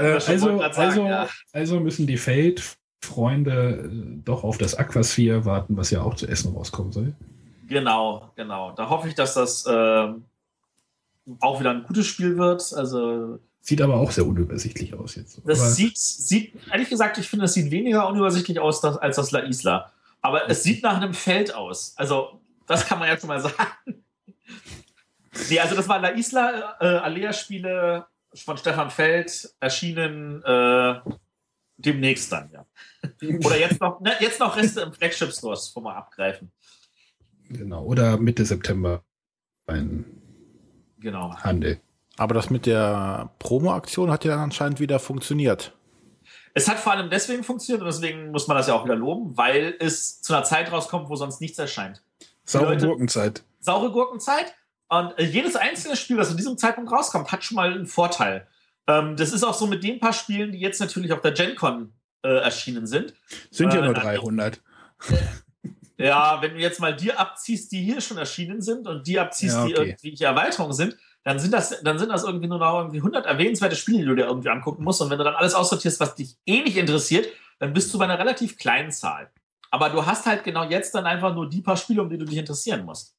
Also müssen die Feld-Freunde doch auf das Aquasphere warten, was ja auch zu Essen rauskommen soll. Genau. Da hoffe ich, dass das auch wieder ein gutes Spiel wird. Also sieht aber auch sehr unübersichtlich aus jetzt. Das sieht, ehrlich gesagt, ich finde, es sieht weniger unübersichtlich aus als das La Isla. Aber es sieht nach einem Feld aus. Also, das kann man ja schon mal sagen. Nee, also das war La Isla, Alea-Spiele von Stefan Feld, erschienen demnächst dann, ja. Oder jetzt noch Reste im Flagship-Stores, wo wir abgreifen. Genau, oder Mitte September ein Handel. Aber das mit der Promo-Aktion hat ja dann anscheinend wieder funktioniert. Es hat vor allem deswegen funktioniert und deswegen muss man das ja auch wieder loben, weil es zu einer Zeit rauskommt, wo sonst nichts erscheint. Saure Gurkenzeit. Und jedes einzelne Spiel, das zu diesem Zeitpunkt rauskommt, hat schon mal einen Vorteil. Das ist auch so mit den paar Spielen, die jetzt natürlich auf der GenCon erschienen sind. Sind ja nur 300. Ja, wenn du jetzt mal die abziehst, die hier schon erschienen sind und die abziehst, die irgendwie Erweiterungen sind, dann sind das irgendwie nur noch irgendwie 100 erwähnenswerte Spiele, die du dir irgendwie angucken musst. Und wenn du dann alles aussortierst, was dich nicht interessiert, dann bist du bei einer relativ kleinen Zahl. Aber du hast halt genau jetzt dann einfach nur die paar Spiele, um die du dich interessieren musst.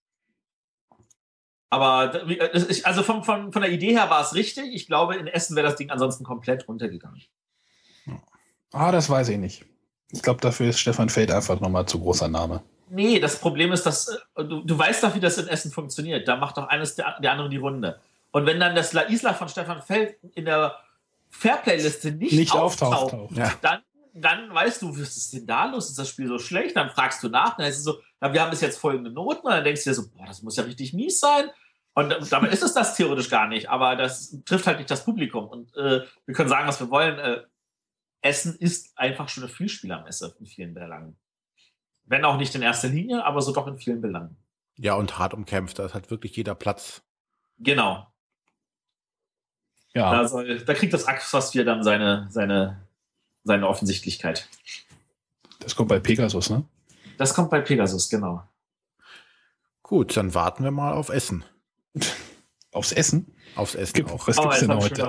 Aber also von der Idee her war es richtig. Ich glaube, in Essen wäre das Ding ansonsten komplett runtergegangen. Das weiß ich nicht. Ich glaube, dafür ist Stefan Feld einfach nochmal zu großer Name. Nee, das Problem ist, dass du weißt doch, wie das in Essen funktioniert. Da macht doch eines der andere die Runde. Und wenn dann das La Isla von Stefan Feld in der Fairplay-Liste nicht auftaucht, dann weißt du, was ist denn da los? Ist das Spiel so schlecht? Dann fragst du nach, dann heißt es so, wir haben bis jetzt folgende Noten. Und dann denkst du dir so, boah, das muss ja richtig mies sein. Und damit ist es das theoretisch gar nicht, aber das trifft halt nicht das Publikum. Und wir können sagen, was wir wollen. Essen ist einfach schon eine Vielspielermesse in vielen Belangen. Wenn auch nicht in erster Linie, aber so doch in vielen Belangen. Ja, und hart umkämpft. Da ist halt wirklich jeder Platz. Genau. Ja. Da kriegt das Axtfassbier dann seine Offensichtlichkeit. Das kommt bei Pegasus, ne? Das kommt bei Pegasus, genau. Gut, dann warten wir mal auf Essen. Aufs Essen? Aufs Essen auch. Was gibt's denn heute?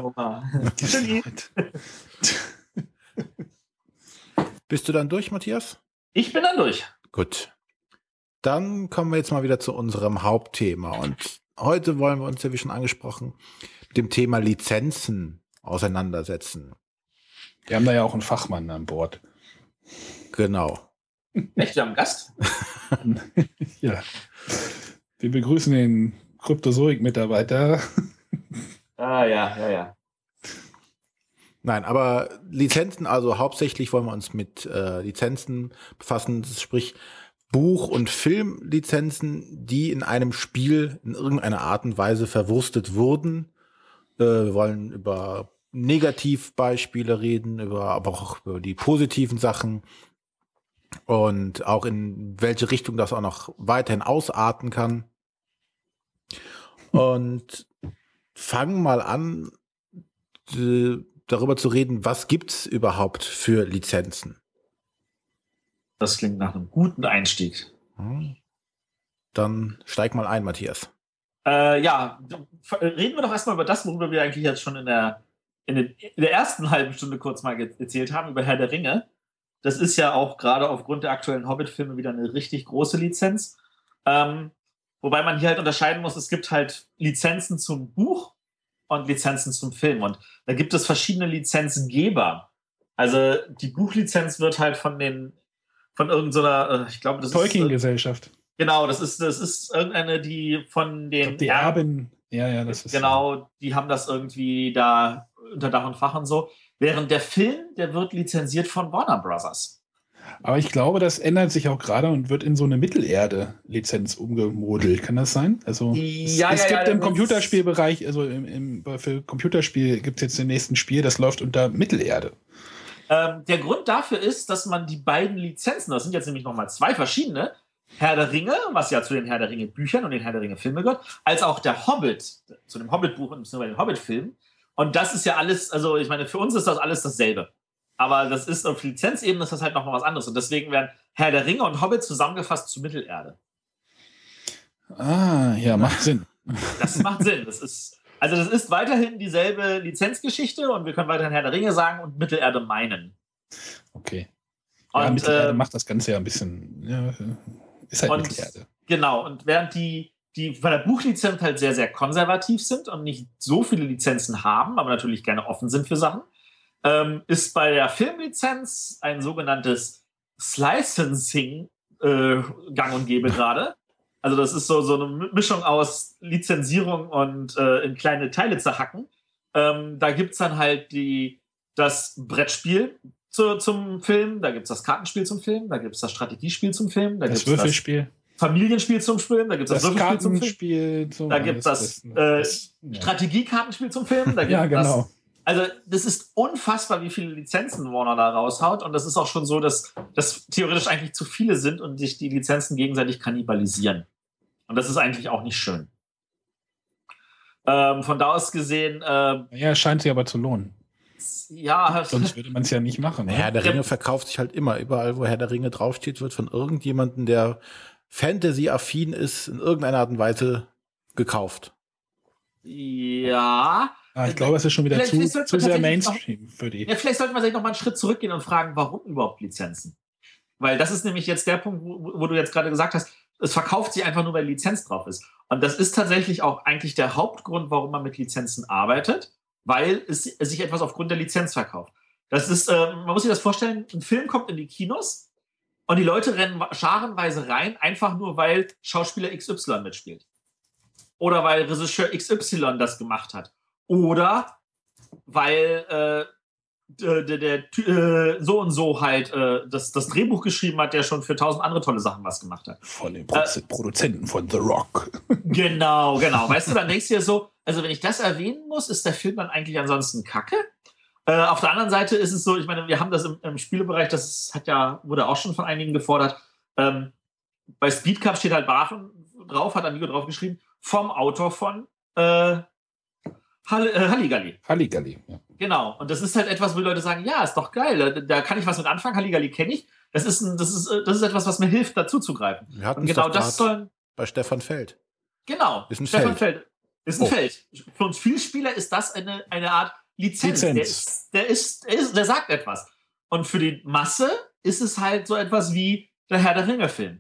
Bist du dann durch, Matthias? Ich bin dann durch. Gut. Dann kommen wir jetzt mal wieder zu unserem Hauptthema. Und heute wollen wir uns ja, wie schon angesprochen, mit dem Thema Lizenzen auseinandersetzen. Wir haben da ja auch einen Fachmann an Bord. Genau. Echt, wir haben einen Gast? Ja. Wir begrüßen den Kryptozoik-Mitarbeiter. Ja. Nein, aber Lizenzen, also hauptsächlich wollen wir uns mit Lizenzen befassen, sprich Buch- und Filmlizenzen, die in einem Spiel in irgendeiner Art und Weise verwurstet wurden. Wir wollen über Negativbeispiele reden, aber auch über die positiven Sachen und auch in welche Richtung das auch noch weiterhin ausarten kann. Und fangen mal an, darüber zu reden, was gibt's überhaupt für Lizenzen? Das klingt nach einem guten Einstieg. Dann steig mal ein, Matthias. Ja, reden wir doch erstmal über das, worüber wir eigentlich jetzt schon in der ersten halben Stunde kurz mal erzählt haben, über Herr der Ringe. Das ist ja auch gerade aufgrund der aktuellen Hobbit-Filme wieder eine richtig große Lizenz. Wobei man hier halt unterscheiden muss, es gibt halt Lizenzen zum Buch und Lizenzen zum Film. Und da gibt es verschiedene Lizenzgeber. Also die Buchlizenz wird halt von irgendeiner, ich glaube, das Tolkien-Gesellschaft. Genau, das ist irgendeine, die von den die Erben. Ja, das ist. Genau, die haben das irgendwie da unter Dach und Fach und so. Während der Film, der wird lizenziert von Warner Brothers. Aber ich glaube, das ändert sich auch gerade und wird in so eine Mittelerde-Lizenz umgemodelt. Kann das sein? Also es gibt im Computerspielbereich, also für Computerspiel gibt es jetzt den nächsten Spiel, das läuft unter Mittelerde. Der Grund dafür ist, dass man die beiden Lizenzen, das sind jetzt nämlich nochmal zwei verschiedene, Herr der Ringe, was ja zu den Herr der Ringe Büchern und den Herr der Ringe Filmen gehört, als auch der Hobbit, zu dem Hobbit-Buch und zu den Hobbit-Filmen. Und das ist ja alles, also ich meine, für uns ist das alles dasselbe. Aber das ist auf Lizenzebene ist das halt nochmal was anderes. Und deswegen werden Herr der Ringe und Hobbit zusammengefasst zu Mittelerde. Ah, ja, macht Sinn. Das macht Sinn. Das ist weiterhin dieselbe Lizenzgeschichte und wir können weiterhin Herr der Ringe sagen und Mittelerde meinen. Okay. Ja, und, Mittelerde macht das Ganze ja ein bisschen, ist halt Mittelerde. Genau, und während die bei der Buchlizenz halt sehr, sehr konservativ sind und nicht so viele Lizenzen haben, aber natürlich gerne offen sind für Sachen, ist bei der Filmlizenz ein sogenanntes Slicensing gang und gäbe gerade. Also das ist so eine Mischung aus Lizenzierung und in kleine Teile zerhacken. Da gibt es dann halt das Brettspiel zum Film, da gibt es das Kartenspiel zum Film, da gibt es das Strategiespiel zum Film, da gibt es das Würfelspiel. Familienspiel zum Film, da gibt es das Würfelspiel zum Film, da gibt es das Strategiekartenspiel zum Film, da gibt ja, genau. Also das ist unfassbar, wie viele Lizenzen Warner da raushaut und das ist auch schon so, dass das theoretisch eigentlich zu viele sind und sich die Lizenzen gegenseitig kannibalisieren. Und das ist eigentlich auch nicht schön. Von da aus gesehen... ja, scheint sich aber zu lohnen. Ja, sonst würde man es ja nicht machen. Herr der Ringe verkauft sich halt immer. Überall, wo Herr der Ringe draufsteht, wird von irgendjemandem, der Fantasy-affin ist, in irgendeiner Art und Weise gekauft. Ja. Ich glaube, es ist schon wieder zu sehr Mainstream für die. Ja, vielleicht sollten wir noch mal einen Schritt zurückgehen und fragen, warum überhaupt Lizenzen? Weil das ist nämlich jetzt der Punkt, wo du jetzt gerade gesagt hast, es verkauft sich einfach nur, weil Lizenz drauf ist. Und das ist tatsächlich auch eigentlich der Hauptgrund, warum man mit Lizenzen arbeitet, weil es sich etwas aufgrund der Lizenz verkauft. Das ist, man muss sich das vorstellen, ein Film kommt in die Kinos und die Leute rennen scharenweise rein, einfach nur, weil Schauspieler XY mitspielt. Oder weil Regisseur XY das gemacht hat. Oder weil so und so halt das Drehbuch geschrieben hat, der schon für 1000 andere tolle Sachen was gemacht hat. Von den Produzenten von The Rock. Genau. Weißt du, dann denkst du dir so, also wenn ich das erwähnen muss, ist der Film dann eigentlich ansonsten kacke. Auf der anderen Seite ist es so, ich meine, wir haben das im Spielebereich, wurde auch schon von einigen gefordert. Bei Speed Cup steht halt drauf, hat Amigo drauf geschrieben, vom Autor von Halligalli. Halligalli, ja. Genau, und das ist halt etwas, wo die Leute sagen, ja, ist doch geil, da kann ich was mit anfangen, Halligalli kenne ich. Das ist etwas, was mir hilft, dazu zu greifen. Wir hatten und genau das sollen. Bei Stefan Feld. Genau, ist ein Stefan Feld. Ist ein Feld. Für uns Vielspieler ist das eine Art Lizenz. Der sagt etwas. Und für die Masse ist es halt so etwas wie der Herr der Ringe-Film.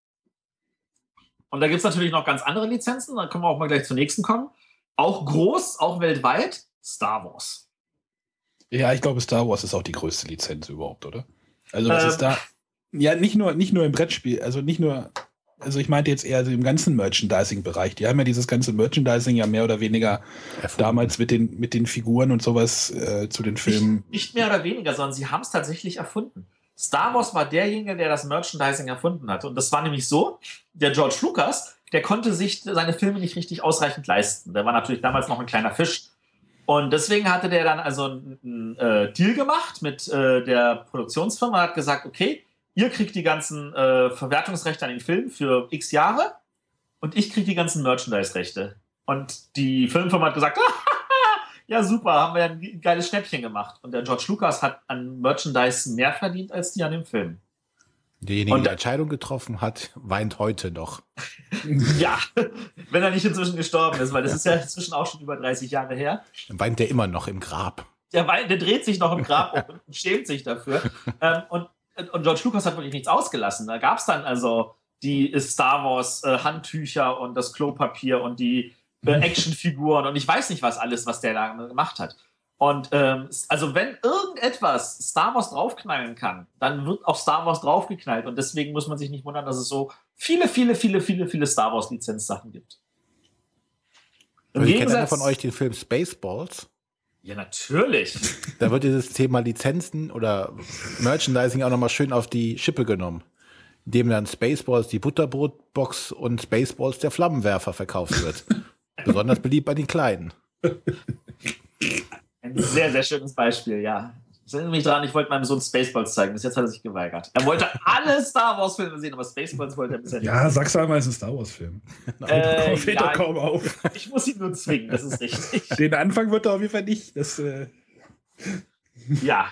Und da gibt es natürlich noch ganz andere Lizenzen, da können wir auch mal gleich zur nächsten kommen. Auch groß, auch weltweit, Star Wars. Ja, ich glaube, Star Wars ist auch die größte Lizenz überhaupt, oder? Also das ist da, ja, nicht nur im Brettspiel, also ich meinte jetzt eher so im ganzen Merchandising-Bereich. Die haben ja dieses ganze Merchandising ja mehr oder weniger damals mit den Figuren und sowas zu den Filmen. Nicht mehr oder weniger, sondern sie haben es tatsächlich erfunden. Star Wars war derjenige, der das Merchandising erfunden hat. Und das war nämlich so, der George Lucas, der konnte sich seine Filme nicht richtig ausreichend leisten. Der war natürlich damals noch ein kleiner Fisch. Und deswegen hatte der dann also einen Deal gemacht mit der Produktionsfirma, hat gesagt, okay, ihr kriegt die ganzen Verwertungsrechte an den Filmen für x Jahre und ich kriege die ganzen Merchandise-Rechte. Und die Filmfirma hat gesagt, ja super, haben wir ein geiles Schnäppchen gemacht. Und der George Lucas hat an Merchandise mehr verdient als die an dem Film. Derjenige, der die Entscheidung getroffen hat, weint heute noch. Ja, wenn er nicht inzwischen gestorben ist, weil das ist ja inzwischen auch schon über 30 Jahre her. Dann weint der immer noch im Grab. Der dreht sich noch im Grab und schämt sich dafür. Und George Lucas hat wirklich nichts ausgelassen. Da gab es dann also die Star Wars Handtücher und das Klopapier und die Actionfiguren und ich weiß nicht was alles, was der da gemacht hat. Und also wenn irgendetwas Star Wars draufknallen kann, dann wird auch Star Wars draufgeknallt. Und deswegen muss man sich nicht wundern, dass es so viele Star Wars Lizenzsachen gibt. Kennt einer von euch den Film Spaceballs? Ja, natürlich. Da wird dieses Thema Lizenzen oder Merchandising auch nochmal schön auf die Schippe genommen. Indem dann Spaceballs die Butterbrotbox und Spaceballs der Flammenwerfer verkauft wird. Besonders beliebt bei den Kleinen. Ein sehr, sehr schönes Beispiel, ja. Ich erinnere mich daran, ich wollte meinem Sohn Spaceballs zeigen. Bis jetzt hat er sich geweigert. Er wollte alle Star Wars-Filme sehen, aber Spaceballs wollte er bisher nicht. Ja, sag's einmal, es ist ein Star Wars-Film. Fällt doch kaum auf. Ich muss ihn nur zwingen, das ist richtig. Den Anfang wird er auf jeden Fall nicht. Ja.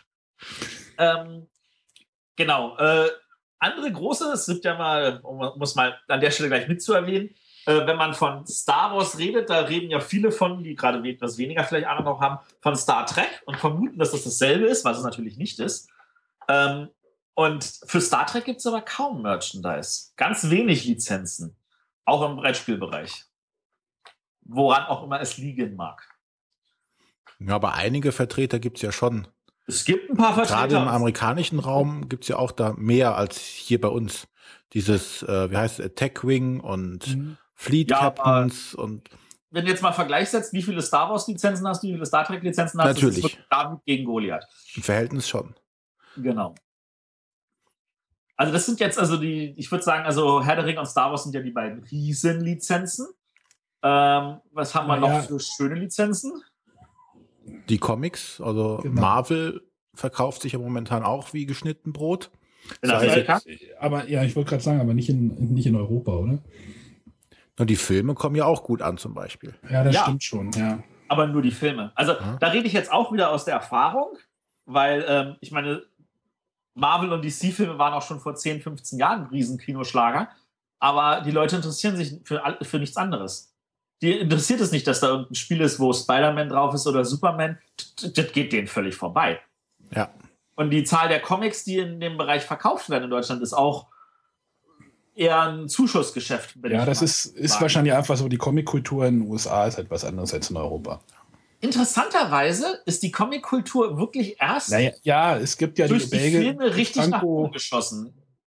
Genau. Andere große, es gibt ja mal, um es mal an der Stelle gleich mitzuerwähnen, wenn man von Star Wars redet, da reden ja viele von, die gerade etwas weniger vielleicht Ahnung noch haben, von Star Trek und vermuten, dass das dasselbe ist, was es natürlich nicht ist. Und für Star Trek gibt es aber kaum Merchandise. Ganz wenig Lizenzen. Auch im Brettspielbereich. Woran auch immer es liegen mag. Ja, aber einige Vertreter gibt es ja schon. Es gibt ein paar Vertreter. Gerade im amerikanischen Raum gibt es ja auch da mehr als hier bei uns. Dieses, wie heißt es, Attack Wing und Fleet Captains und. Wenn du jetzt mal Vergleich setzt, wie viele Star Wars Lizenzen hast du, wie viele Star Trek Lizenzen hast du? Natürlich. Das ist David gegen Goliath. Im Verhältnis schon. Genau. Also das sind jetzt ich würde sagen, also Herr der Ringe und Star Wars sind ja die beiden Riesenlizenzen. Was haben wir noch für schöne Lizenzen? Die Comics, also genau. Marvel verkauft sich ja momentan auch wie geschnitten Brot. In Amerika? Aber ja, ich wollte gerade sagen, aber nicht in Europa, oder? Und die Filme kommen ja auch gut an zum Beispiel. Ja, das stimmt schon, ja. Aber nur die Filme. Also da rede ich jetzt auch wieder aus der Erfahrung, weil ich meine, Marvel- und DC-Filme waren auch schon vor 10, 15 Jahren ein Riesen-Kinoschlager, aber die Leute interessieren sich für nichts anderes. Die interessiert es nicht, dass da irgendein Spiel ist, wo Spider-Man drauf ist oder Superman. Das geht denen völlig vorbei. Ja. Und die Zahl der Comics, die in dem Bereich verkauft werden in Deutschland, ist auch eher ein Zuschussgeschäft. Ja, das ist wahrscheinlich einfach so, die Comickultur in den USA ist halt was anderes als in Europa. Interessanterweise ist die Comickultur wirklich erst es gibt ja durch die Filme richtig nach oben geschossen.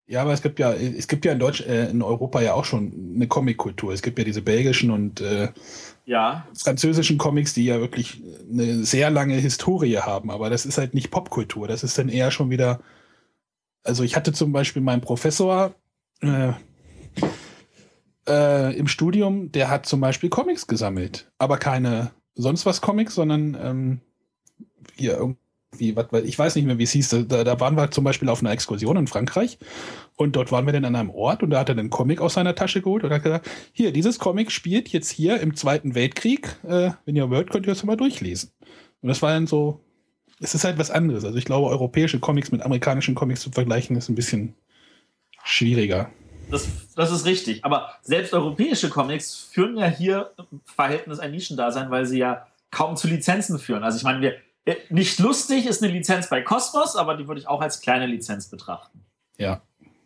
Ja, aber es gibt ja in Europa ja auch schon eine Comic-Kultur. Es gibt ja diese belgischen und französischen Comics, die ja wirklich eine sehr lange Historie haben. Aber das ist halt nicht Popkultur. Das ist dann eher schon wieder. Also ich hatte zum Beispiel meinen Professor im Studium, der hat zum Beispiel Comics gesammelt, aber keine sonst was Comics, sondern hier irgendwie, ich weiß nicht mehr, wie es hieß, da waren wir zum Beispiel auf einer Exkursion in Frankreich und dort waren wir dann an einem Ort und da hat er einen Comic aus seiner Tasche geholt und hat gesagt, hier, dieses Comic spielt jetzt hier im Zweiten Weltkrieg, wenn ihr wollt, könnt ihr das mal durchlesen. Und das war dann so, es ist halt was anderes. Also ich glaube, europäische Comics mit amerikanischen Comics zu vergleichen, ist ein bisschen schwieriger. Das ist richtig. Aber selbst europäische Comics führen ja hier im Verhältnis ein Nischendasein, weil sie ja kaum zu Lizenzen führen. Also ich meine, nicht lustig ist eine Lizenz bei Cosmos, aber die würde ich auch als kleine Lizenz betrachten. Ja.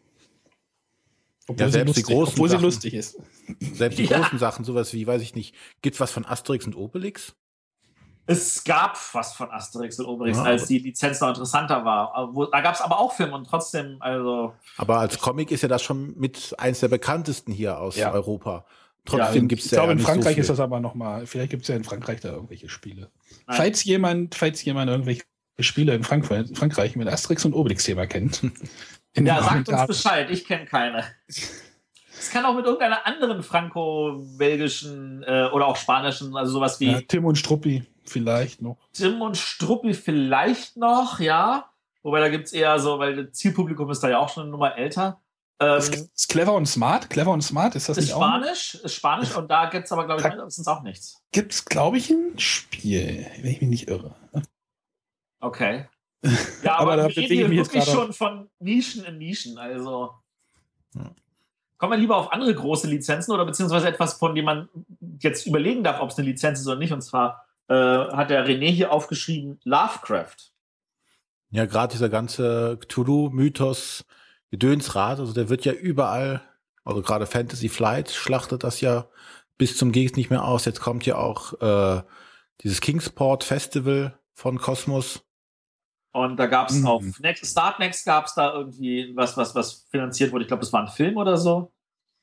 Obwohl sie lustig ist. Selbst die großen Sachen, sowas wie, weiß ich nicht, gibt's was von Asterix und Obelix? Es gab was von Asterix und Obelix, als die Lizenz noch interessanter war. Da gab es aber auch Filme und trotzdem, also. Aber als Comic ist ja das schon mit eins der bekanntesten hier aus Europa. Trotzdem gibt es ja. Ich glaube, in Frankreich ist das aber nochmal, vielleicht gibt es ja in Frankreich da irgendwelche Spiele. Nein. Falls jemand irgendwelche Spiele in Frankreich mit Asterix und Obelix-Thema kennt. Sagt uns Bescheid, ich kenne keine. Es kann auch mit irgendeiner anderen franco-belgischen oder auch spanischen, also sowas wie. Tim und Struppi vielleicht noch. Tim und Struppi vielleicht noch, ja. Wobei da gibt es eher so, weil das Zielpublikum ist da ja auch schon eine Nummer älter. Ist Clever und Smart? Clever und Smart, ist das nicht Spanisch? Ist Spanisch und da gibt es aber, glaube ich, meistens auch nichts. Gibt es, glaube ich, ein Spiel, wenn ich mich nicht irre. Okay. Ja, aber da reden wir wirklich schon von Nischen in Nischen, also. Kommen wir lieber auf andere große Lizenzen oder beziehungsweise etwas, von dem man jetzt überlegen darf, ob es eine Lizenz ist oder nicht. Und zwar hat der René hier aufgeschrieben, Lovecraft. Ja, gerade dieser ganze Cthulhu-Mythos, Gedönsrad, also der wird ja überall, also gerade Fantasy Flight schlachtet das ja bis zum Geht's nicht mehr aus. Jetzt kommt ja auch dieses Kingsport Festival von Cosmos. Und da gab es auf Startnext gab es da irgendwie was finanziert wurde. Ich glaube, das war ein Film oder so.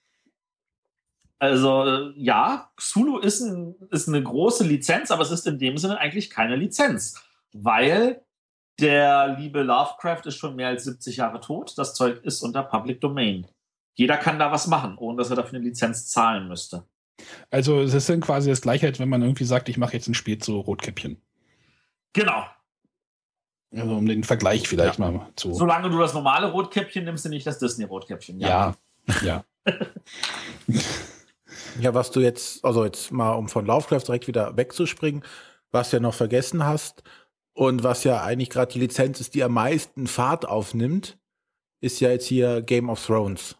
Also Cthulhu ist eine große Lizenz, aber es ist in dem Sinne eigentlich keine Lizenz, weil der liebe Lovecraft ist schon mehr als 70 Jahre tot. Das Zeug ist unter Public Domain. Jeder kann da was machen, ohne dass er dafür eine Lizenz zahlen müsste. Also es ist dann quasi das Gleiche, als wenn man irgendwie sagt, ich mache jetzt ein Spiel zu Rotkäppchen. Genau. Also um den Vergleich vielleicht mal zu. Solange du das normale Rotkäppchen nimmst, nicht das Disney-Rotkäppchen. Ja. Ja, was du jetzt mal, um von Lovecraft direkt wieder wegzuspringen, was du ja noch vergessen hast und was ja eigentlich gerade die Lizenz ist, die am meisten Fahrt aufnimmt, ist ja jetzt hier Game of Thrones.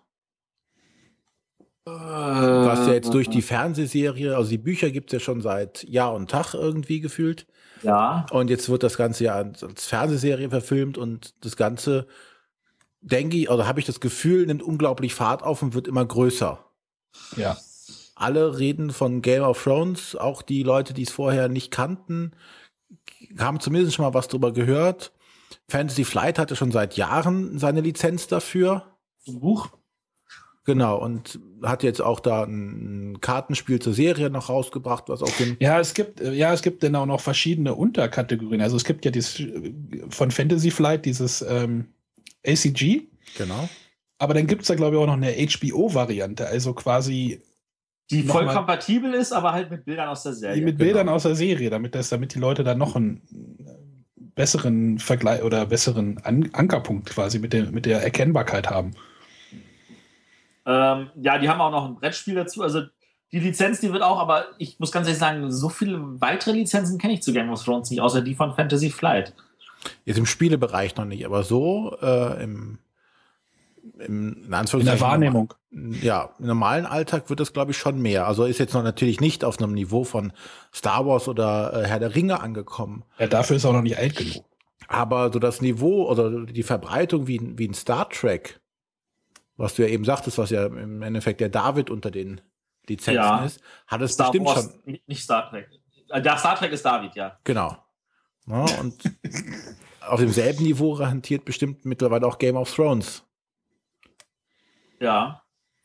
Was ja jetzt durch die Fernsehserie, also die Bücher gibt es ja schon seit Jahr und Tag irgendwie gefühlt. Ja. Und jetzt wird das Ganze ja als Fernsehserie verfilmt und das Ganze, denke ich, oder habe ich das Gefühl, nimmt unglaublich Fahrt auf und wird immer größer. Ja. Alle reden von Game of Thrones, auch die Leute, die es vorher nicht kannten, haben zumindest schon mal was drüber gehört. Fantasy Flight hatte schon seit Jahren seine Lizenz dafür. Ein Buch. Genau, und hat jetzt auch da ein Kartenspiel zur Serie noch rausgebracht, was auch den. Es gibt dann auch noch verschiedene Unterkategorien. Also es gibt ja dieses von Fantasy Flight, dieses ACG. Genau. Aber dann gibt es da, glaube ich, auch noch eine HBO-Variante, also quasi. Die voll kompatibel ist, aber halt mit Bildern aus der Serie. Die mit Bildern aus der Serie, damit die Leute dann noch einen besseren Vergleich oder besseren Ankerpunkt quasi mit der Erkennbarkeit haben. Die haben auch noch ein Brettspiel dazu. Also die Lizenz, die wird auch, aber ich muss ganz ehrlich sagen, so viele weitere Lizenzen kenne ich zu Game of Thrones nicht, außer die von Fantasy Flight. Jetzt im Spielebereich noch nicht, aber so in der Wahrnehmung. Ja, im normalen Alltag wird das, glaube ich, schon mehr. Also ist jetzt noch natürlich nicht auf einem Niveau von Star Wars oder Herr der Ringe angekommen. Ja, dafür ist er auch noch nicht alt genug. Aber so das Niveau oder die Verbreitung wie ein Star Trek, was du ja eben sagtest, was ja im Endeffekt der David unter den Lizenzen ist, hat es Star bestimmt Wars, schon. Nicht Star Trek. Der Star Trek ist David, ja. Genau. Ja, und auf demselben Niveau rentiert bestimmt mittlerweile auch Game of Thrones. Ja.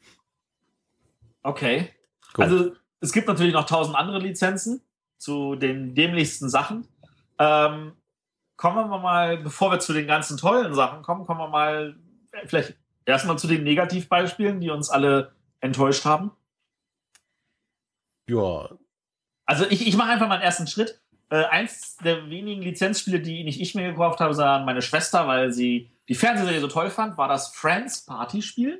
Okay. Gut. Also es gibt natürlich noch 1000 andere Lizenzen zu den dämlichsten Sachen. Kommen wir mal, bevor wir zu den ganzen tollen Sachen kommen wir mal vielleicht erstmal zu den Negativbeispielen, die uns alle enttäuscht haben. Ja. Also ich mache einfach mal einen ersten Schritt. Eins der wenigen Lizenzspiele, die nicht ich mir gekauft habe, sondern meine Schwester, weil sie die Fernsehserie so toll fand, war das Friends Partyspiel.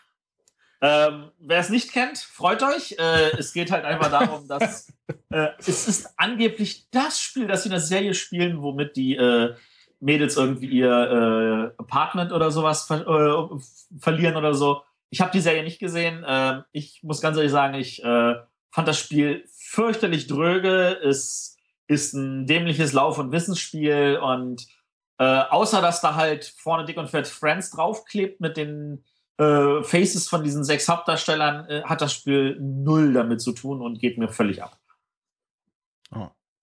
Wer es nicht kennt, freut euch. Es geht halt einfach darum, dass es ist angeblich das Spiel, das sie in der Serie spielen, womit die Mädels irgendwie ihr Apartment oder sowas verlieren oder so. Ich habe die Serie nicht gesehen. Ich muss ganz ehrlich sagen, ich fand das Spiel fürchterlich dröge. Es ist ein dämliches Lauf- und Wissensspiel und außer, dass da halt vorne dick und fett Friends draufklebt mit den Faces von diesen 6 Hauptdarstellern, hat das Spiel 0 damit zu tun und geht mir völlig ab. Oh.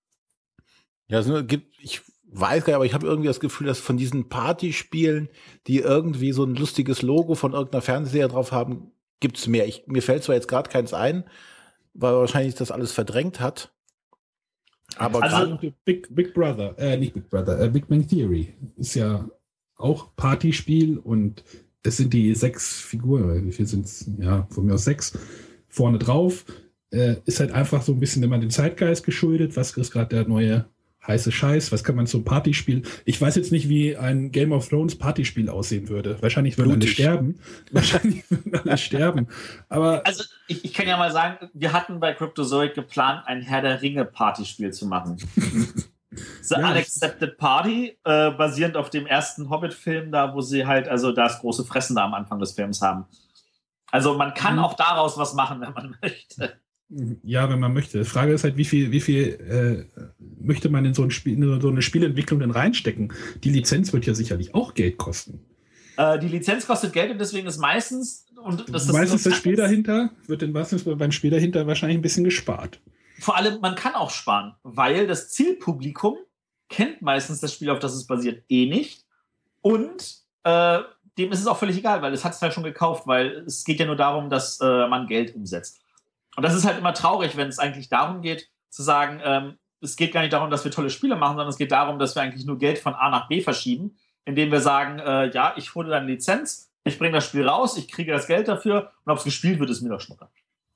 Ja, ich weiß gar nicht, aber ich habe irgendwie das Gefühl, dass von diesen Partyspielen, die irgendwie so ein lustiges Logo von irgendeiner Fernsehserie drauf haben, gibt es mehr. Mir fällt zwar jetzt gerade keins ein, weil wahrscheinlich das alles verdrängt hat. Aber also Big Brother, nicht Big Brother, Big Bang Theory ist ja auch Partyspiel und es sind die 6 Figuren, wie viel sind es? Ja, von mir aus 6 vorne drauf. Ist halt einfach so ein bisschen immer dem Zeitgeist geschuldet. Was ist gerade der neue heiße Scheiß? Was kann man zum Partyspiel? Ich weiß jetzt nicht, wie ein Game of Thrones Partyspiel aussehen würde. Wahrscheinlich würden alle sterben. Aber also ich kann ja mal sagen, wir hatten bei Cryptozoic geplant, ein Herr der Ringe Partyspiel zu machen. The Unaccepted Party, basierend auf dem ersten Hobbit-Film, da wo sie halt, also das große Fressen da am Anfang des Films haben. Also man kann auch daraus was machen, wenn man möchte. Ja, wenn man möchte. Die Frage ist halt, wie viel möchte man in so ein Spiel, in so eine Spielentwicklung denn reinstecken? Die Lizenz wird ja sicherlich auch Geld kosten. Die Lizenz kostet Geld und deswegen ist meistens das Spiel dahinter, wird dann meistens beim Spiel dahinter wahrscheinlich ein bisschen gespart. Vor allem, man kann auch sparen, weil das Zielpublikum kennt meistens das Spiel, auf das es basiert, nicht. Und dem ist es auch völlig egal, weil es hat es halt schon gekauft, weil es geht ja nur darum, dass man Geld umsetzt. Und das ist halt immer traurig, wenn es eigentlich darum geht, zu sagen, es geht gar nicht darum, dass wir tolle Spiele machen, sondern es geht darum, dass wir eigentlich nur Geld von A nach B verschieben, indem wir sagen, ja, ich hole dann Lizenz, ich bringe das Spiel raus, ich kriege das Geld dafür und ob es gespielt wird, ist mir doch schnuppe.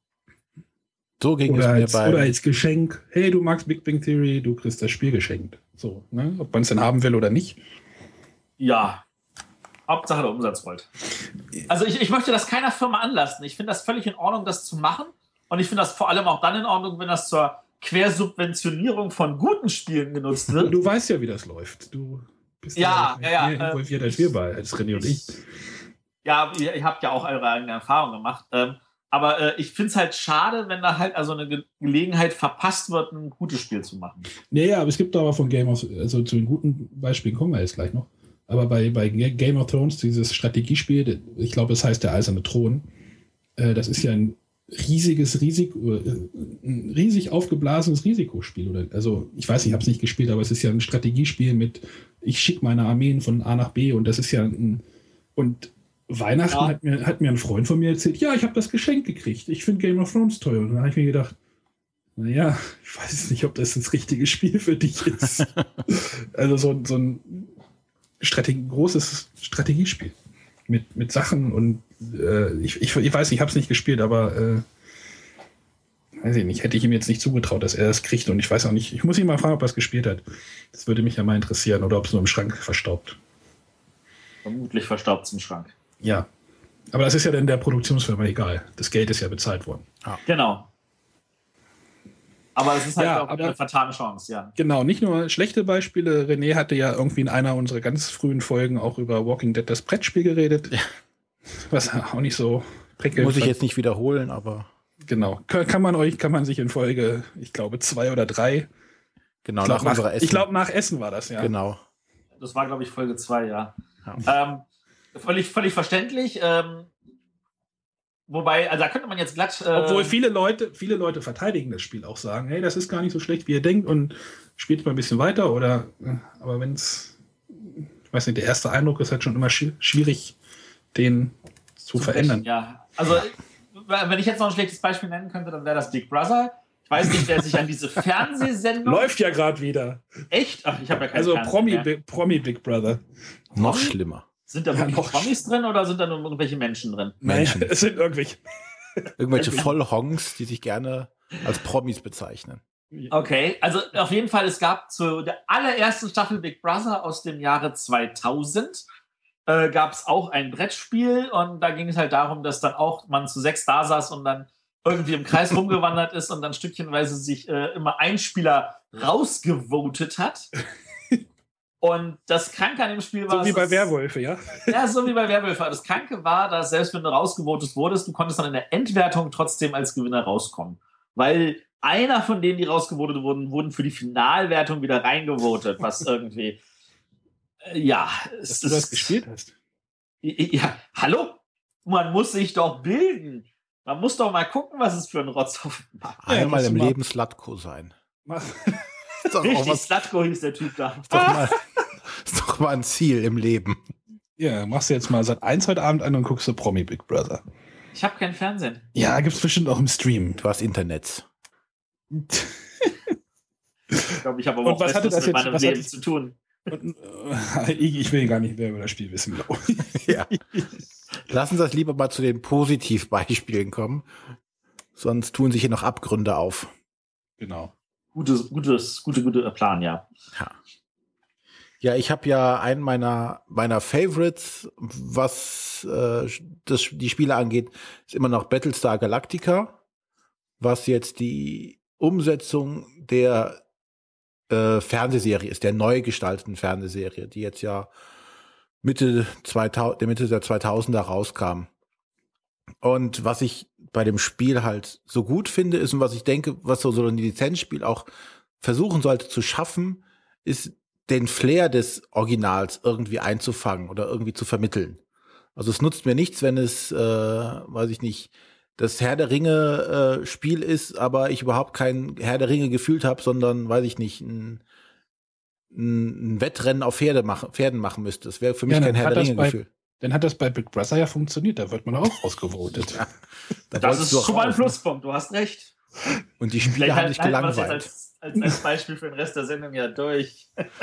So ging es mir bei. Oder als Geschenk, hey, du magst Big Bang Theory, du kriegst das Spiel geschenkt. So, ne? Ob man es denn haben will oder nicht. Ja, Hauptsache der Umsatz rollt. Also ich möchte das keiner Firma anlasten. Ich finde das völlig in Ordnung, das zu machen. Und ich finde das vor allem auch dann in Ordnung, wenn das zur Quersubventionierung von guten Spielen genutzt wird. Du weißt ja, wie das läuft. Du bist mehr involviert als wir bei, als René und ich. Ja, ihr habt ja auch eure eigene Erfahrung gemacht. Aber ich finde es halt schade, wenn da halt also eine Gelegenheit verpasst wird, ein gutes Spiel zu machen. Ja, aber es gibt aber von also zu den guten Beispielen kommen wir jetzt gleich noch. Aber bei Game of Thrones, dieses Strategiespiel, ich glaube, es heißt der Eiserne Thron, das ist ja ein riesig aufgeblasenes Risikospiel. Also ich weiß, ich habe es nicht gespielt, aber es ist ja ein Strategiespiel mit, ich schicke meine Armeen von A nach B und das ist ja und Weihnachten hat mir ein Freund von mir erzählt, ja, ich habe das Geschenk gekriegt. Ich finde Game of Thrones toll. Und dann habe ich mir gedacht, naja, ich weiß nicht, ob das richtige Spiel für dich ist. Also so ein großes Strategiespiel mit Sachen und ich weiß nicht, ich habe es nicht gespielt, aber weiß ich nicht, hätte ich ihm jetzt nicht zugetraut, dass er das kriegt und ich weiß auch nicht, ich muss ihn mal fragen, ob er es gespielt hat. Das würde mich ja mal interessieren oder ob es nur im Schrank verstaubt. Vermutlich verstaubt es im Schrank. Ja, aber das ist ja dann der Produktionsfirma egal. Das Geld ist ja bezahlt worden. Ah. Genau. Aber es ist halt auch eine vertane Chance, ja. Genau, nicht nur schlechte Beispiele. René hatte ja irgendwie in einer unserer ganz frühen Folgen auch über Walking Dead, das Brettspiel, geredet. Ja. Was auch nicht so prickelnd. Muss ich jetzt nicht wiederholen, aber... Genau. Kann man sich in Folge, ich glaube, 2 oder 3... Genau, nach unserer Essen. Ich glaube, nach Essen war das, ja. Genau. Das war, glaube ich, Folge 2, ja. Völlig verständlich. Wobei, also da könnte man jetzt glatt... Obwohl viele Leute verteidigen das Spiel auch, sagen, hey, das ist gar nicht so schlecht, wie ihr denkt und spielt mal ein bisschen weiter. Aber wenn es, ich weiß nicht, der erste Eindruck ist halt schon immer schwierig, den zu verändern. Ja, also wenn ich jetzt noch ein schlechtes Beispiel nennen könnte, dann wäre das Big Brother. Ich weiß nicht, wer sich an diese Fernsehsendung... Läuft ja gerade wieder. Echt? Ach, ich habe ja keine Also Fernsehen Promi Big Brother. Noch schlimmer. Sind da wirklich Promis drin oder sind da nur irgendwelche Menschen drin? Menschen. Es sind Irgendwelche Vollhongs, die sich gerne als Promis bezeichnen. Okay, also auf jeden Fall, es gab zu der allerersten Staffel Big Brother aus dem Jahre 2000 gab es auch ein Brettspiel und da ging es halt darum, dass dann auch man zu 6 da saß und dann irgendwie im Kreis rumgewandert ist und dann stückchenweise sich immer ein Spieler rausgevotet hat. Und das Kranke an dem Spiel war... So wie bei Werwölfe, ja? Ja, so wie bei Werwölfe. Das Kranke war, dass selbst wenn du rausgevotet wurdest, du konntest dann in der Endwertung trotzdem als Gewinner rauskommen. Weil einer von denen, die rausgevotet wurden für die Finalwertung wieder reingevotet, was irgendwie... Ja. Dass du das gespielt hast. Ja, hallo? Man muss sich doch bilden. Man muss doch mal gucken, was es für ein Rotz auf dem Markt ist. Einmal im Leben Slatko sein. Ist doch richtig, Slatko hieß der Typ da. Ist doch mal ein Ziel im Leben. Ja, machst du jetzt mal Sat.1 heute Abend an und guckst du Promi Big Brother. Ich habe kein Fernsehen. Ja, gibt's bestimmt auch im Stream. Du hast Internet. Ich glaube, ich habe aber auch Besseres mit meinem Leben zu tun. Und, ich will gar nicht mehr über das Spiel wissen, glaube ich. Ja. Lass uns das lieber mal zu den Positivbeispielen kommen. Sonst tun sich hier noch Abgründe auf. Genau. Guter Plan, ja. Ja, ich habe ja einen meiner Favorites, was die Spiele angeht, ist immer noch Battlestar Galactica, was jetzt die Umsetzung der Fernsehserie ist, der neu gestalteten Fernsehserie, die jetzt ja Mitte der 2000er rauskam. Und was ich bei dem Spiel halt so gut finde, ist, und was ich denke, was so ein Lizenzspiel auch versuchen sollte zu schaffen, ist den Flair des Originals irgendwie einzufangen oder irgendwie zu vermitteln. Also es nutzt mir nichts, wenn es, weiß ich nicht, das Herr der Ringe Spiel ist, aber ich überhaupt kein Herr der Ringe gefühlt habe, sondern, weiß ich nicht, ein Wettrennen auf Pferden machen müsste. Das wäre für mich kein Herr der Ringe Gefühl. Dann hat das bei Big Brother ja funktioniert, da wird man auch ausgevotet. Ja, das ist schon mal ein Pluspunkt, du hast recht. Und die Spieler haben sich gelangweilt. Als Beispiel für den Rest der Sendung ja durch.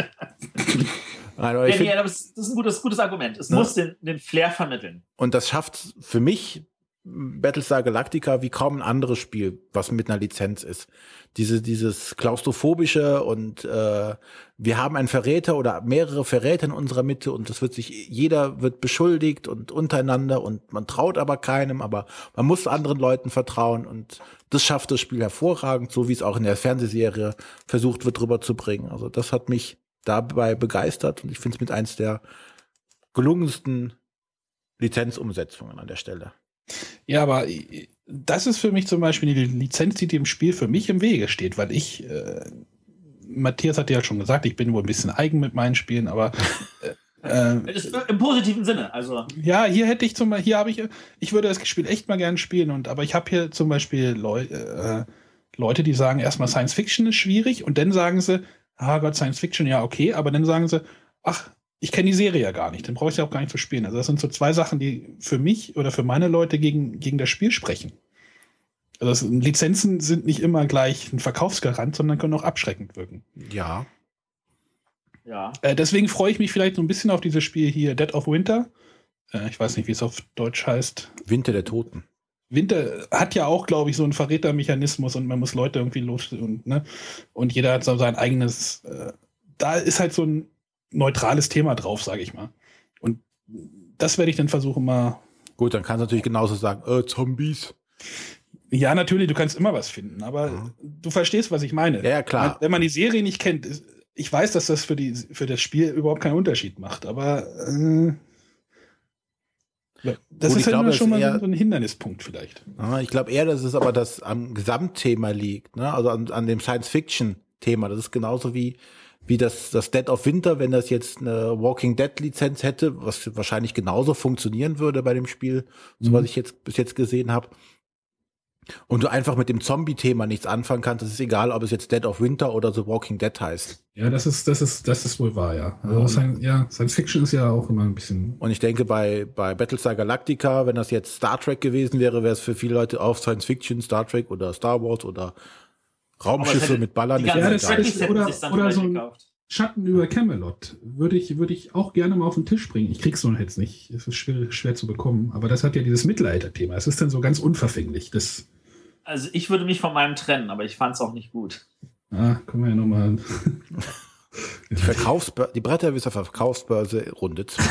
Nein, das ist ein gutes Argument. Es muss den Flair vermitteln. Und das schafft für mich Battlestar Galactica wie kaum ein anderes Spiel, was mit einer Lizenz ist. Dieses klaustrophobische und wir haben einen Verräter oder mehrere Verräter in unserer Mitte und jeder wird beschuldigt und untereinander und man traut aber keinem, aber man muss anderen Leuten vertrauen und das schafft das Spiel hervorragend, so wie es auch in der Fernsehserie versucht wird rüberzubringen. Also das hat mich dabei begeistert und ich finde es mit eins der gelungensten Lizenzumsetzungen an der Stelle. Ja, aber das ist für mich zum Beispiel die Lizenz, die dem Spiel für mich im Wege steht, weil Matthias hat ja schon gesagt, ich bin wohl ein bisschen eigen mit meinen Spielen, aber im positiven Sinne, also. Ja, hier hätte ich ich würde das Spiel echt mal gerne spielen, aber ich habe hier zum Beispiel Leute, die sagen erstmal Science Fiction ist schwierig und dann sagen sie, Gott, Science Fiction, ja, okay, aber dann sagen sie, ach, ich kenne die Serie ja gar nicht, dann brauche ich sie auch gar nicht zu spielen. Also das sind so zwei Sachen, die für mich oder für meine Leute gegen das Spiel sprechen. Also Lizenzen sind nicht immer gleich ein Verkaufsgarant, sondern können auch abschreckend wirken. Ja. Deswegen freue ich mich vielleicht so ein bisschen auf dieses Spiel hier, Dead of Winter. Ich weiß nicht, wie es auf Deutsch heißt. Winter der Toten. Winter hat ja auch, glaube ich, so einen Verrätermechanismus und man muss Leute irgendwie los und jeder hat so sein eigenes. Da ist halt so ein neutrales Thema drauf, sage ich mal. Und das werde ich dann versuchen mal. Gut, dann kannst du natürlich genauso sagen, Zombies. Ja, natürlich, du kannst immer was finden, aber du verstehst, was ich meine. Ja, klar. Wenn man die Serie nicht kennt, ich weiß, dass das für das Spiel überhaupt keinen Unterschied macht, aber das ist halt schon mal so ein Hindernispunkt vielleicht. Ich glaube eher, dass es aber das am Gesamtthema liegt, ne? Also an dem Science-Fiction-Thema. Das ist genauso wie das Dead of Winter, wenn das jetzt eine Walking Dead-Lizenz hätte, was wahrscheinlich genauso funktionieren würde bei dem Spiel, so was ich jetzt bis jetzt gesehen habe. Und du einfach mit dem Zombie-Thema nichts anfangen kannst. Es ist egal, ob es jetzt Dead of Winter oder The Walking Dead heißt. Ja, das ist wohl wahr, ja. Also Science Fiction ist ja auch immer ein bisschen. Und ich denke, bei Battlestar Galactica, wenn das jetzt Star Trek gewesen wäre, wäre es für viele Leute auch Science Fiction, Star Trek oder Star Wars oder Raumschiffe mit Ballern. Oder so ein Schatten über Camelot würde ich auch gerne mal auf den Tisch bringen. Ich krieg's noch jetzt nicht. Es ist schwer zu bekommen. Aber das hat ja dieses Mittelalter-Thema. Es ist dann so ganz unverfänglich. Also ich würde mich von meinem trennen, aber ich fand es auch nicht gut. Können wir ja nochmal. Die Bretterwisser Verkaufsbörse Runde 2.